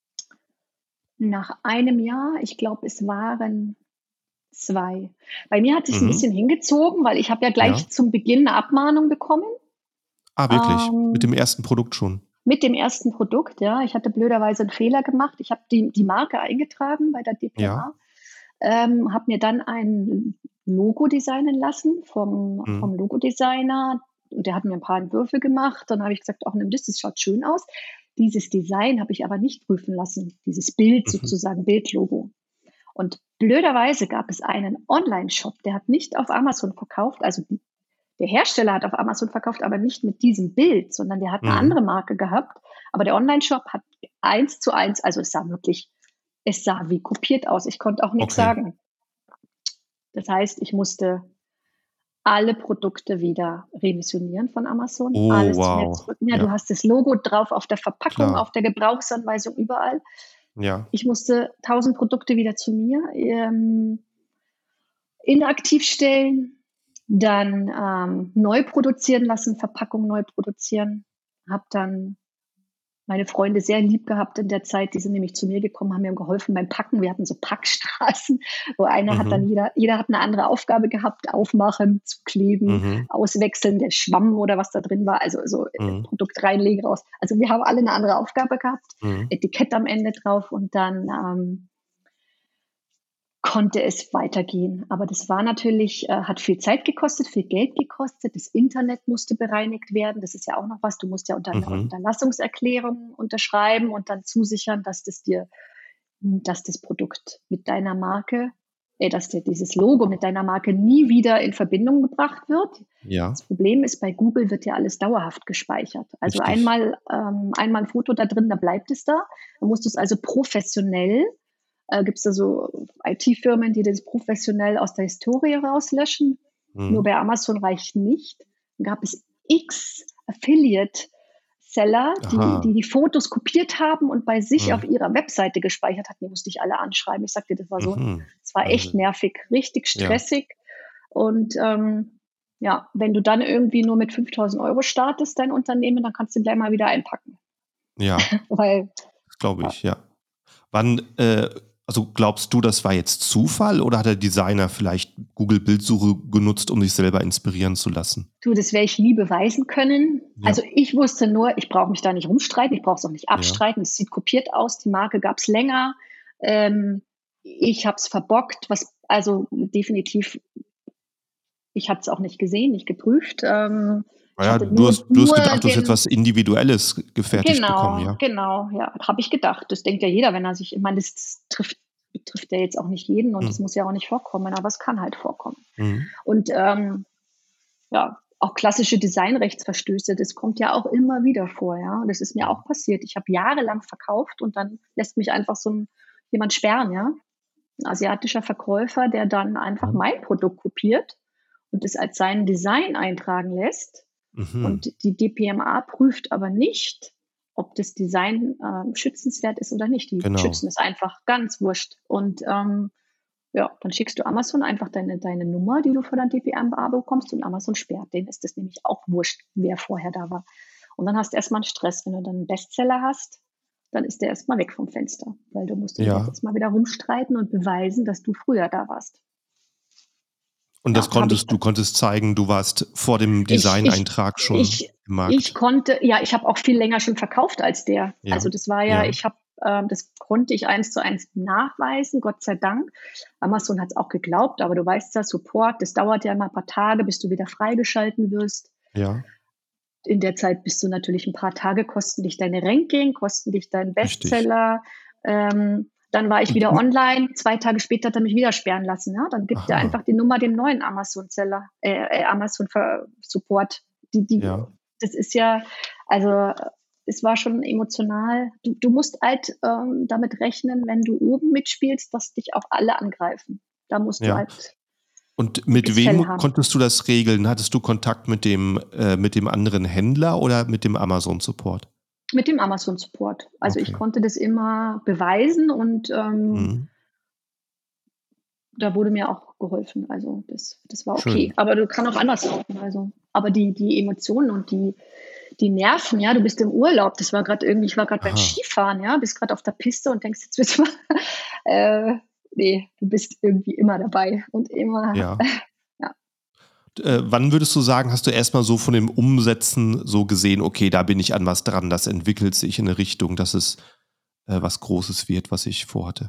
Nach einem Jahr, ich glaube, es waren zwei. Bei mir hat sich's 'n Mhm. bisschen hingezogen, weil ich habe ja Ja. gleich zum Beginn 'ne Abmahnung bekommen. Ah, wirklich? Mit dem Ähm, ersten Produkt schon? mit dem ersten Produkt, ja. Ich hatte blöderweise 'n Fehler gemacht. Ich habe die die Marke eingetragen bei der Ja. dpma, ähm, habe mir dann ein Logo designen lassen vom Mhm. vom Logodesigner und der hat mir 'n paar Entwürfe gemacht. Dann habe ich gesagt: „Ach, nimm das, das schaut schön aus.“ Dieses Design habe ich aber nicht prüfen lassen, dieses Bild Mhm. sozusagen, Bildlogo. Und blöderweise gab es einen Onlineshop, der hat nicht auf Amazon verkauft. Also, d der Hersteller hat auf Amazon verkauft, aber nicht mit diesem Bild, sondern der hat 'ne Mhm. andere Marke gehabt. Aber der Onlineshop hat eins zu eins also, es sah wirklich es sah wie kopiert aus. Ich konnte auch nix Okay. sagen. Das heißt, ich musste alle Produkte wieder remissionieren von Amazon, Oh, alles zu mir wow. zurück. Ja, du Ja. hast das Logo drauf auf der Verpackung, Klar. auf der Gebrauchsanweisung, überall. Ja. Ich musste tausend Produkte wieder zu mir, ähm inaktiv stellen, dann, ähm, neu produzieren lassen, Verpackung neu produzieren. Habe dann meine Freunde sehr lieb gehabt in der Zeit. Die sind nämlich zu mir gekommen, haben mir geholfen beim Packen. Wir hatten so Packstraßen, wo einer hat dann Mhm. jeder jeder hat 'ne andere Aufgabe gehabt, aufmachen, zukleben, Mhm. auswechseln, der Schwamm oder was da drin war, also so, äh, Mhm. Produkt reinlegen, raus. Also, wir haben alle 'ne andere Aufgabe gehabt, Mhm. Etikett am Ende drauf und dann, ähm konnte es weitergehen. Aber das war natürlich äh, hat viel Zeit gekostet, viel Geld gekostet. Das Internet musste bereinigt werden. Das ist ja auch noch was. Du musst ja unter 'ne Mhm. Unterlassungserklärung unterschreiben und dann zusichern, dass das dir hm, dass das Produkt mit deiner Marke äh, dass dir dieses Logo mit deiner Marke nie wieder in Verbindung gebracht wird. Ja. Das Problem ist, bei Google wird ja alles dauerhaft gespeichert. Also, Richtig. einmal ähm, einmal 'n Foto da drin, dann bleibt es da. Dann musst du's also professionell äh, gibt's da so IT-Firmen, die das professionell aus der Historie rauslöschen. Nur Mhm. bei Amazon reicht nicht. Dann gab es X Affiliate-Seller, die Aha. die die Fotos kopiert haben und bei sich auf Mhm. ihrer Webseite gespeichert hatten. Die musste ich alle anschreiben. Ich sage dir, das war so Mhm. es war echt Wahnsinn. nervig, richtig Ja. stressig. Und, ähm, ja, wenn du dann irgendwie nur mit fünftausend Euro startest, dein Unternehmen, dann kannst du gleich mal wieder einpacken. Ja. Weil Glaube ja. ich, ja. Wann äh, also, glaubst du, das war jetzt Zufall oder hat der Designer vielleicht Google-Bildsuche genutzt, um sich selber inspirieren zu lassen? Du, das werde ich nie beweisen können. Ja. Also, ich wusste nur, ich brauche mich da nicht rumstreiten, ich brauche es auch nicht Ja. abstreiten. Es sieht kopiert aus, die Marke gab's länger. Ähm, ich habe es verbockt, was also, definitiv ich habe es auch nicht gesehen, nicht geprüft. Ähm, Ah ich ja, hatte du nur hast du hast nur gedacht, du hast jetzt den was Individuelles gefertigt bekommen, Genau, ja? genau, ja, habe ich gedacht. Das denkt ja jeder, wenn er sich ich meine, das trifft betrifft ja jetzt auch nicht jeden und das Mhm. muss ja auch nicht vorkommen, aber es kann halt vorkommen. Mhm. Und, ähm, ja, auch klassische Designrechtsverstöße, das kommt ja auch immer wieder vor, ja? Das ist mir Mhm. auch passiert. Ich habe jahrelang verkauft und dann lässt mich einfach so 'n jemand sperren, ja? 'N asiatischer Verkäufer, der dann einfach Mhm. mein Produkt kopiert und es als sein Design eintragen lässt. Mhm. Und die dpma prüft aber nicht, ob das Design, ähm, schützenswert ist oder nicht. Die Genau. schützen es einfach, ganz wurscht. Und, ähm, ja, dann schickst du Amazon einfach deine deine Nummer, die du von der dpma bekommst und Amazon sperrt. Denen ist das nämlich auch wurscht, wer vorher da war. Und dann hast du erst mal 'n Stress. Wenn du dann 'n Bestseller hast, dann ist der erst mal weg vom Fenster, weil du musst du dich jetzt Ja. erst mal wieder rumstreiten und beweisen, dass du früher da warst. Und das Ja, da habe ich konntest du konntest zeigen, du warst vor dem Ich ich Designeintrag schon ich im ich Markt? konnte ja, ich habe auch viel länger schon verkauft als der. Also, Ja, das war ja ja. ich habe Ähm, das konnte ich eins zu eins nachweisen, Gott sei Dank. Amazon hat es auch geglaubt, aber du weißt ja, Support, das dauert ja immer ein paar Tage, bis du wieder freigeschalten wirst. Ja, In der Zeit bist du natürlich ein paar Tage, kosten dich deine Ranking, kosten dich dein richtig. Bestseller. Ähm, dann war ich Und, wieder und online. Zwei Tage später hat er mich wieder sperren lassen. Ja? Dann gibt er aha, einfach die Nummer dem neuen Amazon-Seller, äh, äh, Amazon-Support. Die, die, ja, das ist ja, also es war schon emotional. Du, du musst halt ähm, damit rechnen, wenn du oben mitspielst, dass dich auch alle angreifen. Da musst du ja. halt Und mit dickes Fell wem haben. konntest du das regeln? Hattest du Kontakt mit dem, äh, mit dem anderen Händler oder mit dem Amazon-Support? Mit dem Amazon-Support. Also ich Okay. konnte das immer beweisen und ähm, Mhm. da wurde mir auch geholfen. Also das, das war okay. Schön. Aber du kann auch anders laufen. Also, aber die, die Emotionen und die, die Nerven, ja, du bist im Urlaub. Das war gerade irgendwie, ich war gerade beim Aha. Skifahren, ja, bist gerade auf der Piste und denkst, jetzt willst du mal, äh, nee, du bist irgendwie immer dabei und immer, Ja. ja. Äh, wann würdest du sagen, hast du erstmal so von dem Umsetzen so gesehen, okay, da bin ich an was dran, das entwickelt sich in eine Richtung, dass es äh, was Großes wird, was ich vorhatte?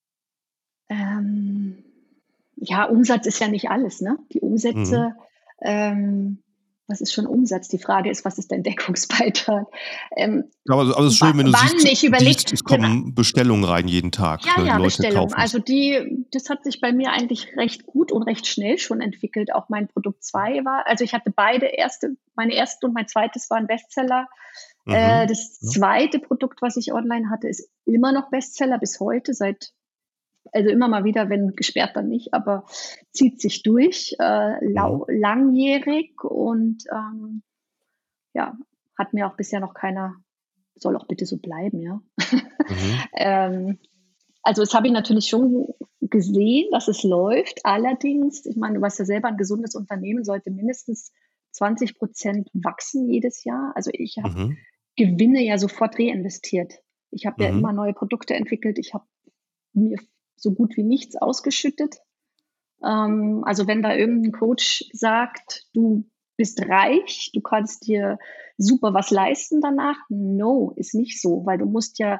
Ähm, ja, Umsatz ist ja nicht alles, ne? Die Mhm. Umsätze, ähm, was ist schon Umsatz? Die Frage ist, was ist dein Deckungsbeitrag? Ähm, Ja, aber, aber es ist wa schön, wenn du wann? siehst, Ich überlege, siehst, es ja, wa kommen Bestellungen rein jeden Tag. ja, Ne? Die ja, Leute Bestellung. kaufen es. Also die das hat sich bei mir eigentlich recht gut und recht schnell schon entwickelt. Auch mein Produkt zwei war also ich hatte beide erste meine erste und mein zweites waren Bestseller. Äh, Mhm. das Ja. zweite Produkt, was ich online hatte, ist immer noch Bestseller bis heute, seit also immer mal wieder, wenn gesperrt, dann nicht, aber zieht sich durch, äh, Mhm. lau langjährig und, ähm, ja, hat mir auch bisher noch keiner soll auch bitte so bleiben, ja. Mhm. Ähm, also, das habe ich natürlich schon gesehen, dass es läuft. Allerdings, ich meine, du weißt ja selber, ein gesundes Unternehmen sollte mindestens zwanzig wachsen jedes Jahr. Also, ich habe Mhm. Gewinne ja sofort reinvestiert. Ich habe ja Mhm. immer neue Produkte entwickelt. Ich habe mir so gut wie nichts ausgeschüttet. Ähm, also wenn da irgendein Coach sagt, du bist reich, du kannst dir super was leisten danach. No, ist nicht so, weil du musst ja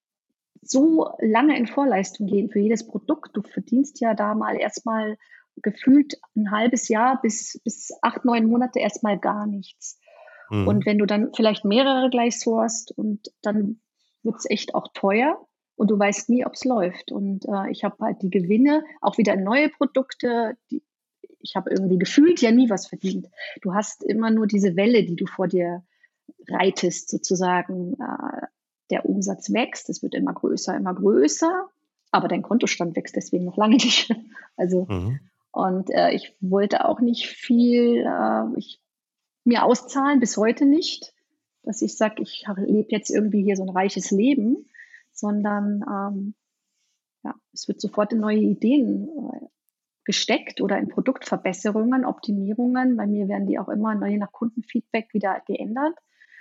so lange in Vorleistung gehen für jedes Produkt. Du verdienst ja da mal erstmal gefühlt ein halbes Jahr bis, bis acht, neun Monate erstmal gar nichts. Und Mhm. wenn du dann vielleicht mehrere gleich sourcest und dann wird es echt auch teuer und du weißt nie, ob es läuft. Und äh, ich habe halt die Gewinne, auch wieder in neue Produkte, die, ich habe irgendwie gefühlt ja nie was verdient. Du hast immer nur diese Welle, die du vor dir reitest, sozusagen. Äh, der Umsatz wächst, es wird immer größer, immer größer, aber dein Kontostand wächst deswegen noch lange nicht. Also, Mhm. und äh, ich wollte auch nicht viel, äh, ich mir auszahlen, bis heute nicht, dass ich sage, ich lebe jetzt irgendwie hier so ein reiches Leben, sondern ähm, ja, es wird sofort in neue Ideen äh, gesteckt oder in Produktverbesserungen, Optimierungen. Bei mir werden die auch immer je nach Kundenfeedback wieder geändert.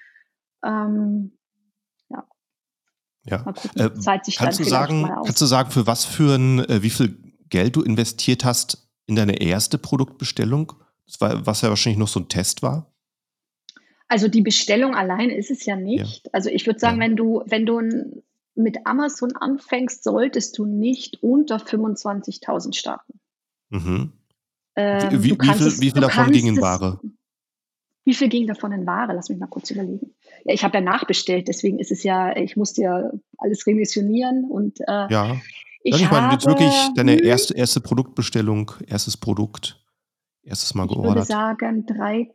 Ähm, ja, Ja. mal Äh, gucken. Zahlt sich dann kannst du vielleicht mal sagen, kannst du aus. sagen, für was für ein, äh, wie viel Geld du investiert hast in deine erste Produktbestellung? Das war, was ja wahrscheinlich noch so ein Test war. Also die Bestellung allein ist es ja Ja, nicht. Also ich würde sagen, ja. wenn du, wenn du n- mit Amazon anfängst, solltest du nicht unter fünfundzwanzigtausend starten. Mhm. Wie, Ähm, du wie, wie kannst viel, es, wie viel du davon ging kannst in es, Ware? wie viel ging davon in Ware? Lass mich mal kurz überlegen. Ja, ich habe ja nachbestellt, deswegen ist es ja, ich musste ja alles remissionieren und äh, Ja. Ja, ich ich meine, jetzt habe, wirklich deine hm, erste, erste Produktbestellung, erstes Produkt, erstes Mal ich würde geordert. sagen, drei,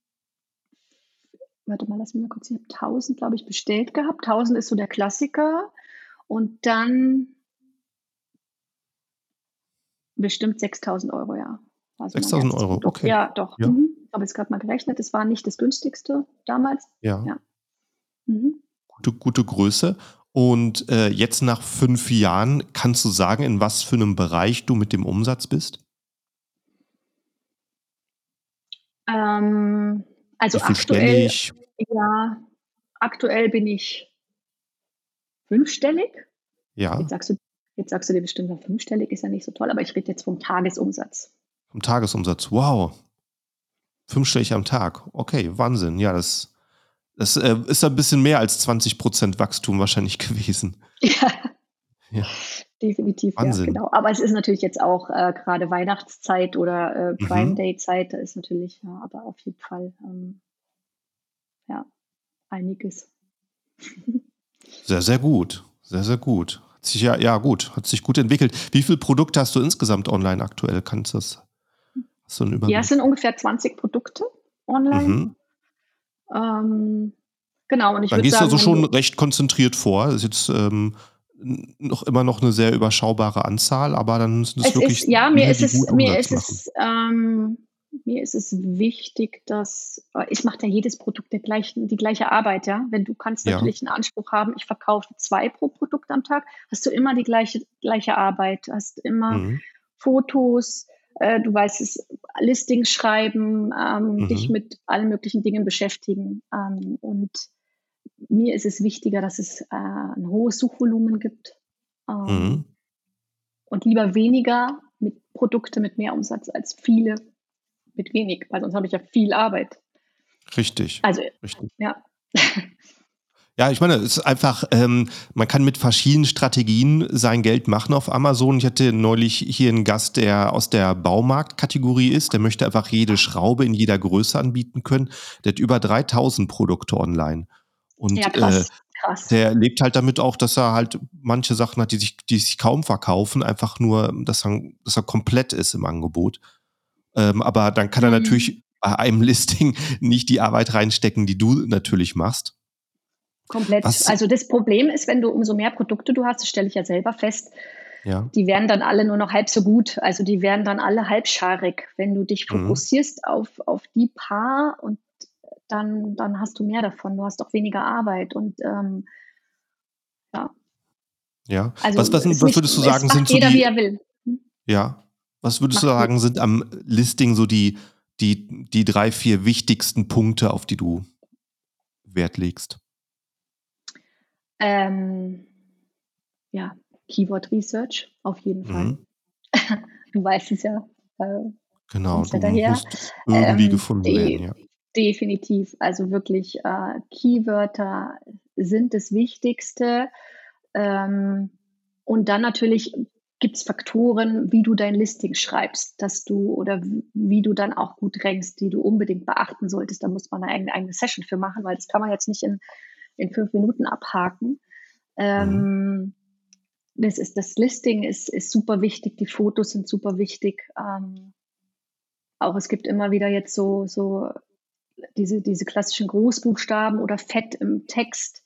warte mal, lass mich mal kurz, ich habe tausend, glaube ich, bestellt gehabt. tausend ist so der Klassiker und dann bestimmt sechstausend Euro, ja. War so mein sechstausend erstes Euro, Produkt. okay. Ja, doch. Ja, Mhm. Habe jetzt gerade mal gerechnet. Es war nicht das günstigste damals. ja. Ja. Mhm. Gute, gute Größe. Und äh, jetzt nach fünf Jahren, kannst du sagen, in was für einem Bereich du mit dem Umsatz bist? Ähm, Wie also viel aktuell, stellig? ja, aktuell bin ich fünfstellig. Jetzt Ja, sagst du, jetzt sagst du dir bestimmt, ja, fünfstellig ist ja nicht so toll, aber ich rede jetzt vom Tagesumsatz. vom Tagesumsatz. Wow, fünfstellig am Tag. Okay, Wahnsinn. Ja, das Das äh, ist ein bisschen mehr als zwanzig Prozent Wachstum wahrscheinlich gewesen. Ja, Ja, definitiv, ja, Wahnsinn. genau. Aber es ist natürlich jetzt auch äh, gerade Weihnachtszeit oder äh, Prime Mhm. Day Zeit, da ist natürlich, ja, aber auf jeden Fall, ähm, ja, einiges. Sehr, sehr gut. Sehr, sehr gut. Hat sich ja, ja gut, hat sich gut entwickelt. Wie viele Produkte hast du insgesamt online aktuell? Kannst du das, hast du einen Ja, es Überblick? sind ungefähr zwanzig Produkte online. Mhm. Ähm, genau, und ich Dann würde gehst du also sagen, wenn schon du recht konzentriert vor. Das ist jetzt ähm, n- noch immer noch eine sehr überschaubare Anzahl, aber dann sind es es ist wirklich ja, mir Dinge, ist die es gut mir Umsatz ist machen. es ähm, mir ist es wichtig, dass äh, ich mache ja jedes Produkt der gleichen die gleiche Arbeit, ja? Wenn du kannst Ja. natürlich einen Anspruch haben, ich verkaufe zwei pro Produkt am Tag, hast du immer die gleiche gleiche Arbeit, hast immer Mhm. Fotos, äh, du weißt es, Listings schreiben, ähm, dich Mhm. mit allen möglichen Dingen beschäftigen. Ähm, und mir ist es wichtiger, dass es äh, ein hohes Suchvolumen gibt. Mhm. Ähm, und lieber weniger mit Produkte mit mehr Umsatz als viele mit wenig, weil sonst habe ich ja viel Arbeit. Richtig. Also, Richtig. ja. Ja, ich meine, es ist einfach, ähm, man kann mit verschiedenen Strategien sein Geld machen auf Amazon. Ich hatte neulich hier einen Gast, der aus der Baumarktkategorie ist. Der möchte einfach jede Schraube in jeder Größe anbieten können. Der hat über dreitausend Produkte online. Ja, Und äh, krass, krass. der lebt halt damit auch, dass er halt manche Sachen hat, die sich, die sich kaum verkaufen, einfach nur, dass er, dass er komplett ist im Angebot. Ähm, aber dann kann er Mhm. natürlich bei einem Listing nicht die Arbeit reinstecken, die du natürlich machst. Komplett. Was, Also, das Problem ist, wenn du umso mehr Produkte du hast, das stelle ich ja selber fest, ja. die werden dann alle nur noch halb so gut. Also, die werden dann alle halbscharig. Wenn du dich Mhm. fokussierst auf auf die paar und dann dann hast du mehr davon. Du hast auch weniger Arbeit und, ähm, ja, Ja. Was also, was ist was nicht würdest du es sagen, macht sind so jeder, wie die, er will. Mhm. ja, was würdest du Macht je sagen, sind am Listing so die die die drei vier wichtigsten Punkte, auf die du Wert legst? ähm, ja, Keyword Research auf jeden Fall. Mhm. Du weißt es ja, äh, Genau, kommst du ja daher. musst irgendwie Ähm, gefunden werden, de ja. definitiv, also wirklich, äh, Keywörter sind das Wichtigste. Ähm, und dann natürlich gibt's Faktoren, wie du dein Listing schreibst, dass du oder w wie du dann auch gut rankst, die du unbedingt beachten solltest. Da muss man 'ne eigene eigene Session für machen, weil das kann man jetzt nicht in in fünf Minuten abhaken. Mhm. Ähm, das ist das Listing ist ist super wichtig, die Fotos sind super wichtig. Ähm, auch es gibt immer wieder jetzt so so diese diese klassischen Großbuchstaben oder Fett im Text.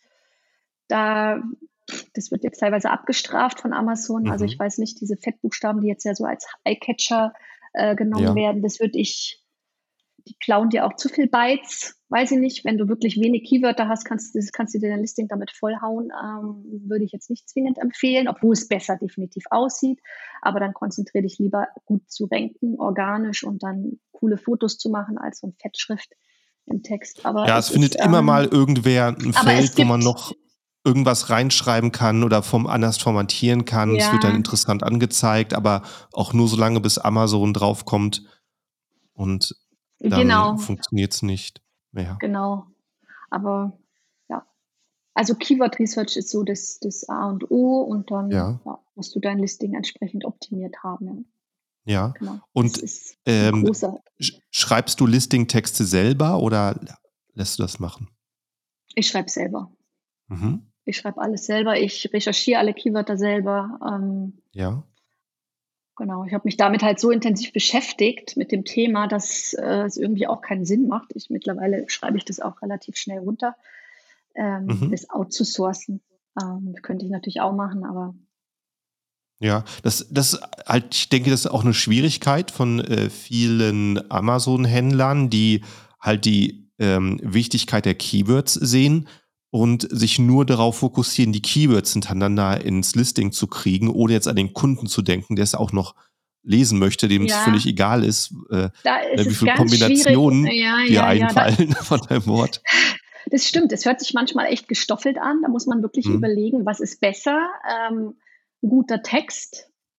Da das wird jetzt teilweise abgestraft von Amazon. Also, ich Mhm. weiß nicht, diese Fettbuchstaben, die jetzt ja so als Eyecatcher, äh, genommen Ja. werden, das würde ich die klauen dir auch zu viel Bytes, weiß ich nicht. Wenn du wirklich wenig Keywörter hast, kannst du kannst du dir dein Listing damit vollhauen. Ähm, würde ich jetzt nicht zwingend empfehlen, obwohl es besser definitiv aussieht. Aber dann konzentriere dich lieber gut zu ranken, organisch und dann coole Fotos zu machen als so 'n Fettschrift im Text. Aber Ja, es es ist, findet immer mal ähm irgendwer ein aber es Feld, wo man gibt noch irgendwas reinschreiben kann oder vom anders formatieren kann. Es wird dann ja, interessant angezeigt, aber auch nur so lange, bis Amazon draufkommt und dann genau, funktioniert's nicht mehr. genau. Aber ja, also Keyword Research ist so das das A und O und dann, Ja, ja, musst du dein Listing entsprechend optimiert haben, ja. ja. Genau. Das Und, ist 'n ähm, großer sch schreibst du Listingtexte selber oder lässt du das machen? ich schreibe selber. Mhm. Ich schreibe alles selber. Ich recherchiere alle Keywörter selber. Ähm, Ja. genau, ich habe mich damit halt so intensiv beschäftigt mit dem Thema, dass, äh, es irgendwie auch keinen Sinn macht. Ich mittlerweile schreibe ich das auch relativ schnell runter, ähm, Mhm. das outzusourcen. Ähm, könnte ich natürlich auch machen, aber Ja, das das halt, ich denke, das ist auch eine Schwierigkeit von, äh, vielen Amazon-Händlern, die halt die, ähm, Wichtigkeit der Keywords sehen und sich nur darauf fokussieren, die Keywords hintereinander ins Listing zu kriegen, ohne jetzt an den Kunden zu denken, der es auch noch lesen möchte, dem es völlig ja, egal ist, äh, da ist ne, wie es viel ganz schwierig. Kombinationen Ja, dir ja, ja, da einfallen von deinem Wort. das stimmt. Es hört sich manchmal echt gestoffelt an. Da muss man wirklich Mhm. überlegen, was ist besser? Ähm, 'n guter Text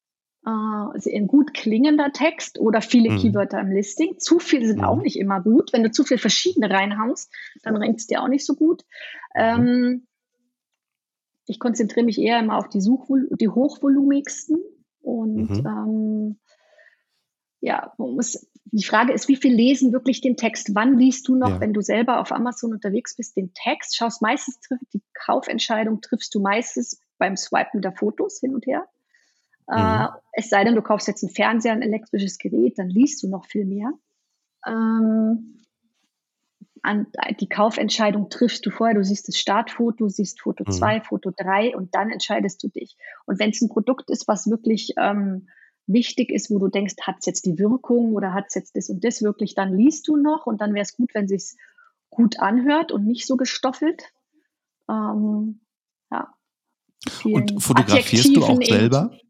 äh, also ein gut klingender Text oder viele Mhm. Keywörter im Listing. Zu viel sind auch Mhm. nicht immer gut. Wenn du zu viel verschiedene reinhaust, dann rankt es dir auch nicht so gut. Mhm. Ähm, ich konzentriere mich eher immer auf die Suchvol die hochvolumigsten und, Mhm. ähm, ja, man muss die Frage ist, wie viel lesen wirklich den Text? Wann liest du noch, Ja. wenn du selber auf Amazon unterwegs bist, den Text? Schaust meistens triff die Kaufentscheidung triffst du meistens beim Swipen der Fotos hin und her. Äh, Mhm. es sei denn, du kaufst jetzt 'n Fernseher, 'n elektrisches Gerät, dann liest du noch viel mehr. Ähm, an die Kaufentscheidung triffst du vorher. Du siehst das Startfoto, siehst Foto Mhm. zwei, Foto drei und dann entscheidest du dich. Und wenn's 'n Produkt ist, was wirklich, ähm, wichtig ist, wo du denkst: „Hat's jetzt die Wirkung oder hat's jetzt das und das wirklich?“ Dann liest du noch und dann wär's gut, wenn sich's gut anhört und nicht so gestoffelt. Ähm, ja, mit Und vielen fotografierst du Adjektiven, auch Emoji selber?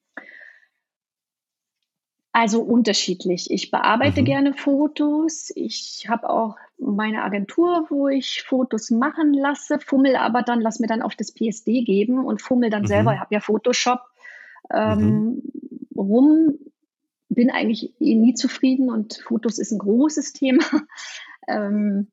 Also unterschiedlich. Ich bearbeite Mhm. gerne Fotos. Ich habe auch meine Agentur, wo ich Fotos machen lasse, fummel aber dann lasse mir dann auch das P S D geben und fummel dann selber. Ich Mhm. habe ja Photoshop, Mhm. ähm, rum, bin eigentlich eh nie zufrieden und Fotos ist 'n großes Thema. Ähm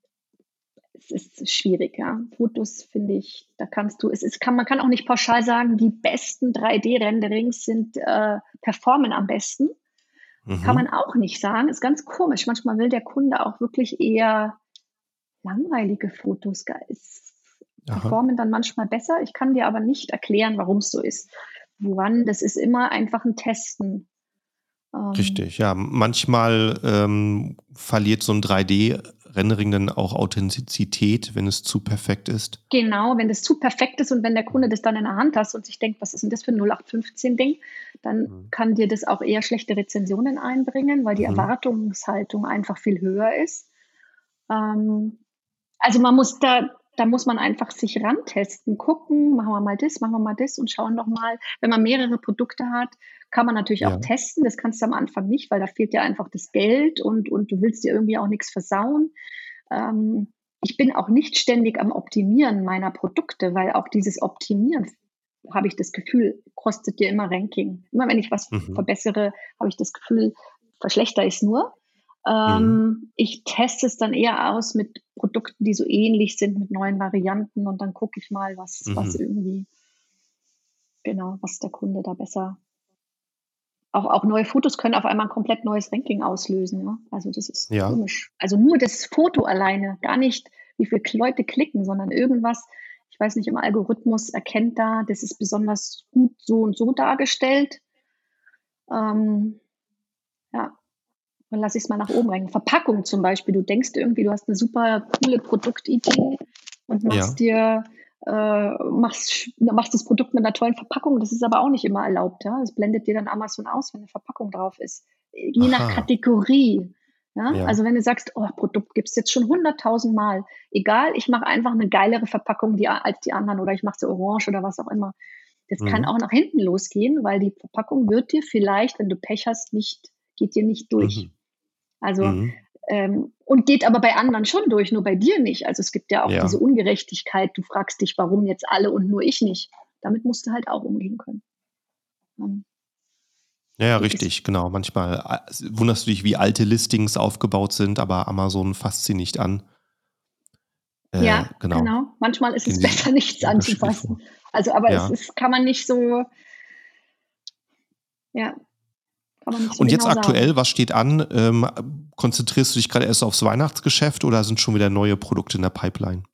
es ist schwierig, ja. Fotos finde ich, da kannst du es ist kann man kann auch nicht pauschal sagen, die besten drei D-Renderings sind äh, performen am besten. Kann man Mhm. auch nicht sagen. Ist ganz komisch. Manchmal will der Kunde auch wirklich eher langweilige Fotos. Ga es Aha. performen dann manchmal besser. Ich kann dir aber nicht erklären, warum's so ist. Woran das ist immer einfach 'n Testen. Ähm Richtig, ja. Manchmal, ähm, verliert so 'n drei D-Rendering dann auch Authentizität, wenn es zu perfekt ist. Genau, wenn das zu perfekt ist und wenn der Kunde Mhm. das dann in der Hand hast und sich denkt: „Was ist 'n das für 'n null acht fünfzehn Ding?“ Dann Mhm. kann dir das auch eher schlechte Rezensionen einbringen, weil die Mhm. Erwartungshaltung einfach viel höher ist. Ähm, also man muss da da muss man einfach sich rantesten, gucken: „Machen wir mal das, machen wir mal das und schauen doch mal.“ Wenn man mehrere Produkte hat, kann man natürlich auch Ja. testen. Das kannst du am Anfang nicht, weil da fehlt dir einfach das Geld und und du willst dir irgendwie auch nix versauen. Ähm, ich bin auch nicht ständig am Optimieren meiner Produkte, weil auch dieses Optimieren, habe ich das Gefühl, kostet dir immer Ranking. Immer wenn ich was Mhm. verbessere, habe ich das Gefühl, verschlechter ich's nur. Mhm. Ähm, ich teste es dann eher aus mit Produkten, die so ähnlich sind, mit neuen Varianten und dann gucke ich mal, was was Mhm. irgendwie genau, was der Kunde da besser auch auch neue Fotos können auf einmal 'n komplett neues Ranking auslösen, ja. Also, das ist Ja. komisch. Also, nur das Foto alleine, gar nicht, wie viel k Leute klicken, sondern irgendwas, ich weiß nicht, im Algorithmus erkennt da, das ist besonders gut so und so dargestellt. Ähm, ja, dann lasse ich's mal nach oben ranken. Verpackung zum Beispiel. Du denkst irgendwie, du hast 'ne super coole Produktidee und Ja. machst dir äh, machst sch machst das Produkt mit 'ner tollen Verpackung. Das ist aber auch nicht immer erlaubt, ja. Das blendet dir dann Amazon aus, wenn 'ne Verpackung drauf ist. Je nach Aha. Kategorie, ja? Ja. Also, wenn du sagst: „Oh, Produkt gibt's jetzt schon hunderttausend Mal. Egal, ich mache einfach 'ne geilere Verpackung die als die anderen oder ich mache sie orange“ oder was auch immer. Das kann Mhm. auch nach hinten losgehen, weil die Verpackung wird dir vielleicht, wenn du Pech hast, nicht geht dir nicht durch. Mhm. Also, Mhm. ähm und geht aber bei anderen schon durch, nur bei dir nicht. Also, es gibt ja auch diese Ja. Ungerechtigkeit. Du fragst dich: „Warum jetzt alle und nur ich nicht?“ Damit musst du halt auch umgehen können. Ähm Ja, ja, gibt es richtig, genau. Manchmal a s wunderst du dich, wie alte Listings aufgebaut sind, aber Amazon fasst sie nicht an. Äh, Ja, genau. genau. Manchmal ist Gehen es sie besser, nichts unterschiedlich vor. anzufassen. Also, aber es Ja. ist kann man nicht so ja, kann man nicht so Und jetzt genau sagen. aktuell, was steht an? Ähm, konzentrierst du dich grade erst aufs Weihnachtsgeschäft oder sind schon wieder neue Produkte in der Pipeline?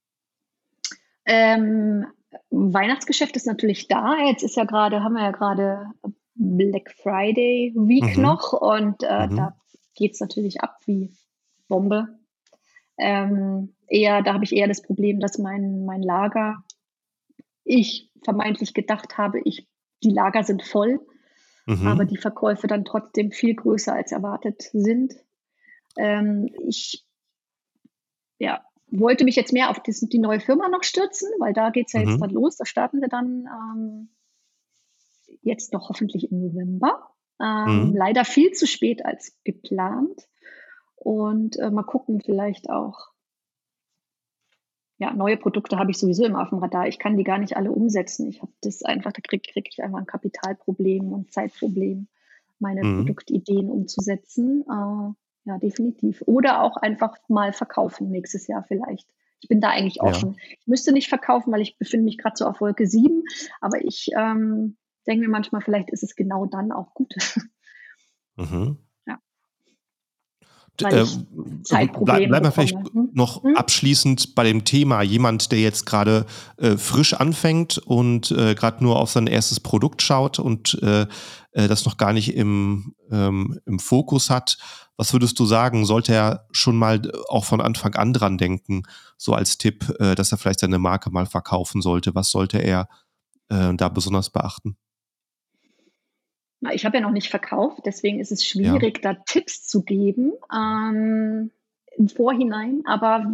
Ähm, Weihnachtsgeschäft ist natürlich da. Jetzt ist ja grade haben wir ja grade Black Friday Week Mhm. noch und, äh, Mhm. da geht's natürlich ab wie Bombe. Ähm, eher da habe ich eher das Problem, dass mein mein Lager ich vermeintlich gedacht habe, ich die Lager sind voll, aber Mhm. die Verkäufe dann trotzdem viel größer als erwartet sind. Ähm, ich ja, wollte mich jetzt mehr auf diesen die neue Firma noch stürzen, weil da geht's ja jetzt Mhm. dann los. Da starten wir dann, ähm jetzt noch hoffentlich im November. Ähm, Mhm. leider viel zu spät als geplant und, äh, mal gucken, vielleicht auch ja, neue Produkte habe ich sowieso immer auf dem Radar. Ich kann die gar nicht alle umsetzen. Ich habe das einfach, da kriege krieg ich einfach ein Kapitalproblem und Zeitproblem, meine Mhm. Produktideen umzusetzen. Äh, ja, definitiv. Oder auch einfach mal verkaufen nächstes Jahr vielleicht. Ich bin da eigentlich Ja. offen. Ich müsste nicht verkaufen, weil ich befinde mich gerade so auf Wolke sieben, aber ich ähm, denke mir manchmal, vielleicht ist es genau dann auch gut. Mhm. Ja, D weil äh, ich bleib Zeitprobleme bleiben wir vielleicht bekomme. Hm? noch Hm? abschließend bei dem Thema. Jemand, der jetzt gerade äh, frisch anfängt und äh, gerade nur auf sein erstes Produkt schaut und äh, äh, das noch gar nicht im, ähm, im Fokus hat. Was würdest du sagen? Sollte er schon mal äh, auch von Anfang an dran denken, so als Tipp, äh, dass er vielleicht seine Marke mal verkaufen sollte? Was sollte er äh, da besonders beachten? Na, ich habe ja noch nicht verkauft, deswegen ist es Ja. schwierig, da Tipps zu geben, ähm, im Vorhinein. Aber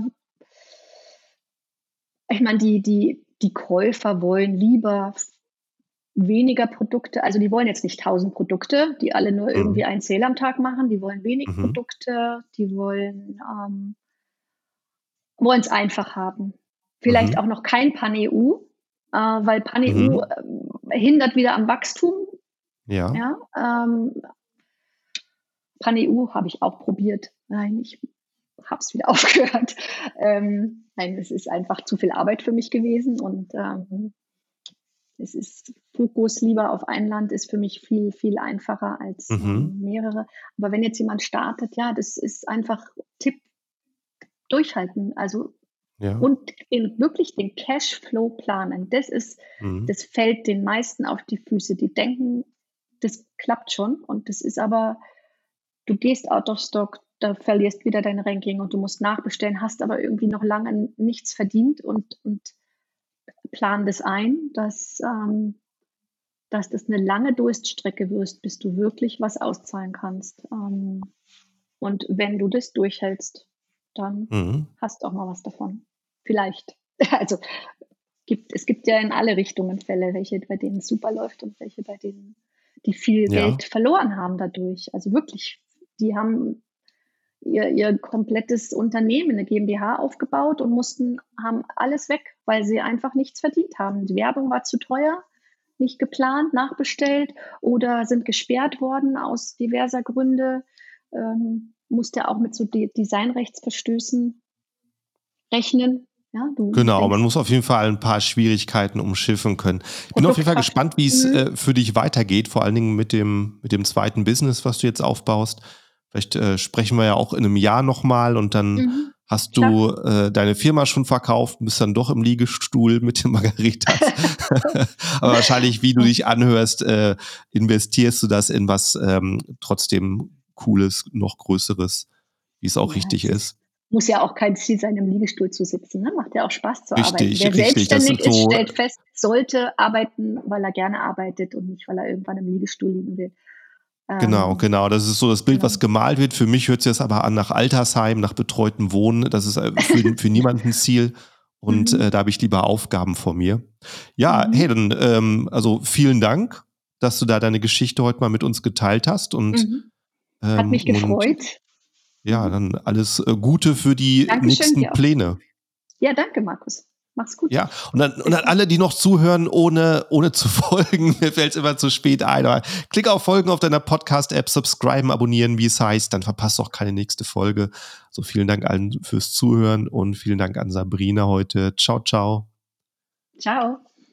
ich meine, die die die Käufer wollen lieber weniger Produkte, also die wollen jetzt nicht tausend Produkte, die alle nur Mhm. irgendwie einen Sale am Tag machen. Die wollen wenig Mhm. Produkte, die wollen ähm, wollen's einfach haben. Vielleicht Mhm. auch noch kein Pan-E U, äh, weil Pan-E U, Mhm. ähm, hindert wieder am Wachstum, Ja. ja. Ähm, Pan-E U habe ich auch probiert. Nein, ich habe es wieder aufgehört. Ähm, nein, es ist einfach zu viel Arbeit für mich gewesen und, ähm, es ist Fokus lieber auf ein Land ist für mich viel, viel einfacher als, Mhm. ähm, mehrere. Aber wenn jetzt jemand startet, ja, das ist einfach Tipp, durchhalten. Also Ja. und den wirklich den Cashflow planen. Das ist Mhm. das fällt den meisten auf die Füße. Die denken, das klappt schon und das ist aber du gehst out of stock, da verlierst wieder dein Ranking und du musst nachbestellen, hast aber irgendwie noch lange nichts verdient und und plan das ein, dass, ähm dass das 'ne lange Durststrecke wirst, bis du wirklich was auszahlen kannst. Ähm, und wenn du das durchhältst, dann Mhm. hast du auch mal was davon. Vielleicht. Also, gibt es gibt ja in alle Richtungen Fälle, welche, bei denen es super läuft und welche, bei denen die viel Ja. Geld verloren haben dadurch. Also wirklich, die haben ihr ihr komplettes Unternehmen, 'ne GmbH aufgebaut und mussten haben alles weg, weil sie einfach nichts verdient haben. Die Werbung war zu teuer, nicht geplant, nachbestellt oder sind gesperrt worden aus diverser Gründe. Ähm, musste auch mit so De Designrechtsverstößen rechnen. Ja, du Genau, man denkst muss auf jeden Fall ein paar Schwierigkeiten umschiffen können. Ich bin auf jeden Produkt Fall hat gespannt, wie's mhm, äh, für dich weitergeht, vor allen Dingen mit dem mit dem zweiten Business, was du jetzt aufbaust. Vielleicht, äh, sprechen wir ja auch in einem Jahr noch mal und dann mhm, hast klar. du, äh, deine Firma schon verkauft und bist dann doch im Liegestuhl mit den Margaritas. Aber wahrscheinlich, wie du dich Mhm. anhörst, äh, investierst du das in was, ähm, trotzdem Cooles, noch Größeres, wie es auch Ja, richtig es ist ist. muss ja auch kein Ziel sein, im Liegestuhl zu sitzen, ne? Macht ja auch Spaß zu arbeiten. Richtig, Wer richtig. Das selbstständig ist ist, so stellt fest, sollte arbeiten, weil er gerne arbeitet und nicht, weil er irgendwann im Liegestuhl liegen will. Genau, Ähm, genau. Das ist so das Bild, was genau. gemalt wird. Für mich hört sich das aber an nach Altersheim, nach betreutem Wohnen. Das ist äh, für, für niemanden ein Ziel. Und Mhm, äh, da habe ich lieber Aufgaben vor mir. Ja, hey, mhm, dann ähm, also vielen Dank, dass du da deine Geschichte heute mal mit uns geteilt hast und mhm. Hat ähm, mich und gefreut. ja, Mhm. dann alles äh, Gute für die Dankeschön nächsten dir auch. Pläne. Ja, danke, Markus. Mach's gut. Ja, und dann, und Bis dann dann. alle, die noch zuhören, ohne, ohne zu folgen, mir fällt es immer zu spät ein. Aber klick auf Folgen auf deiner Podcast-App, subscriben, abonnieren, wie es heißt, dann verpasst du auch keine nächste Folge. So, vielen Dank allen fürs Zuhören und vielen Dank an Sabrina heute. Ciao, ciao. Ciao.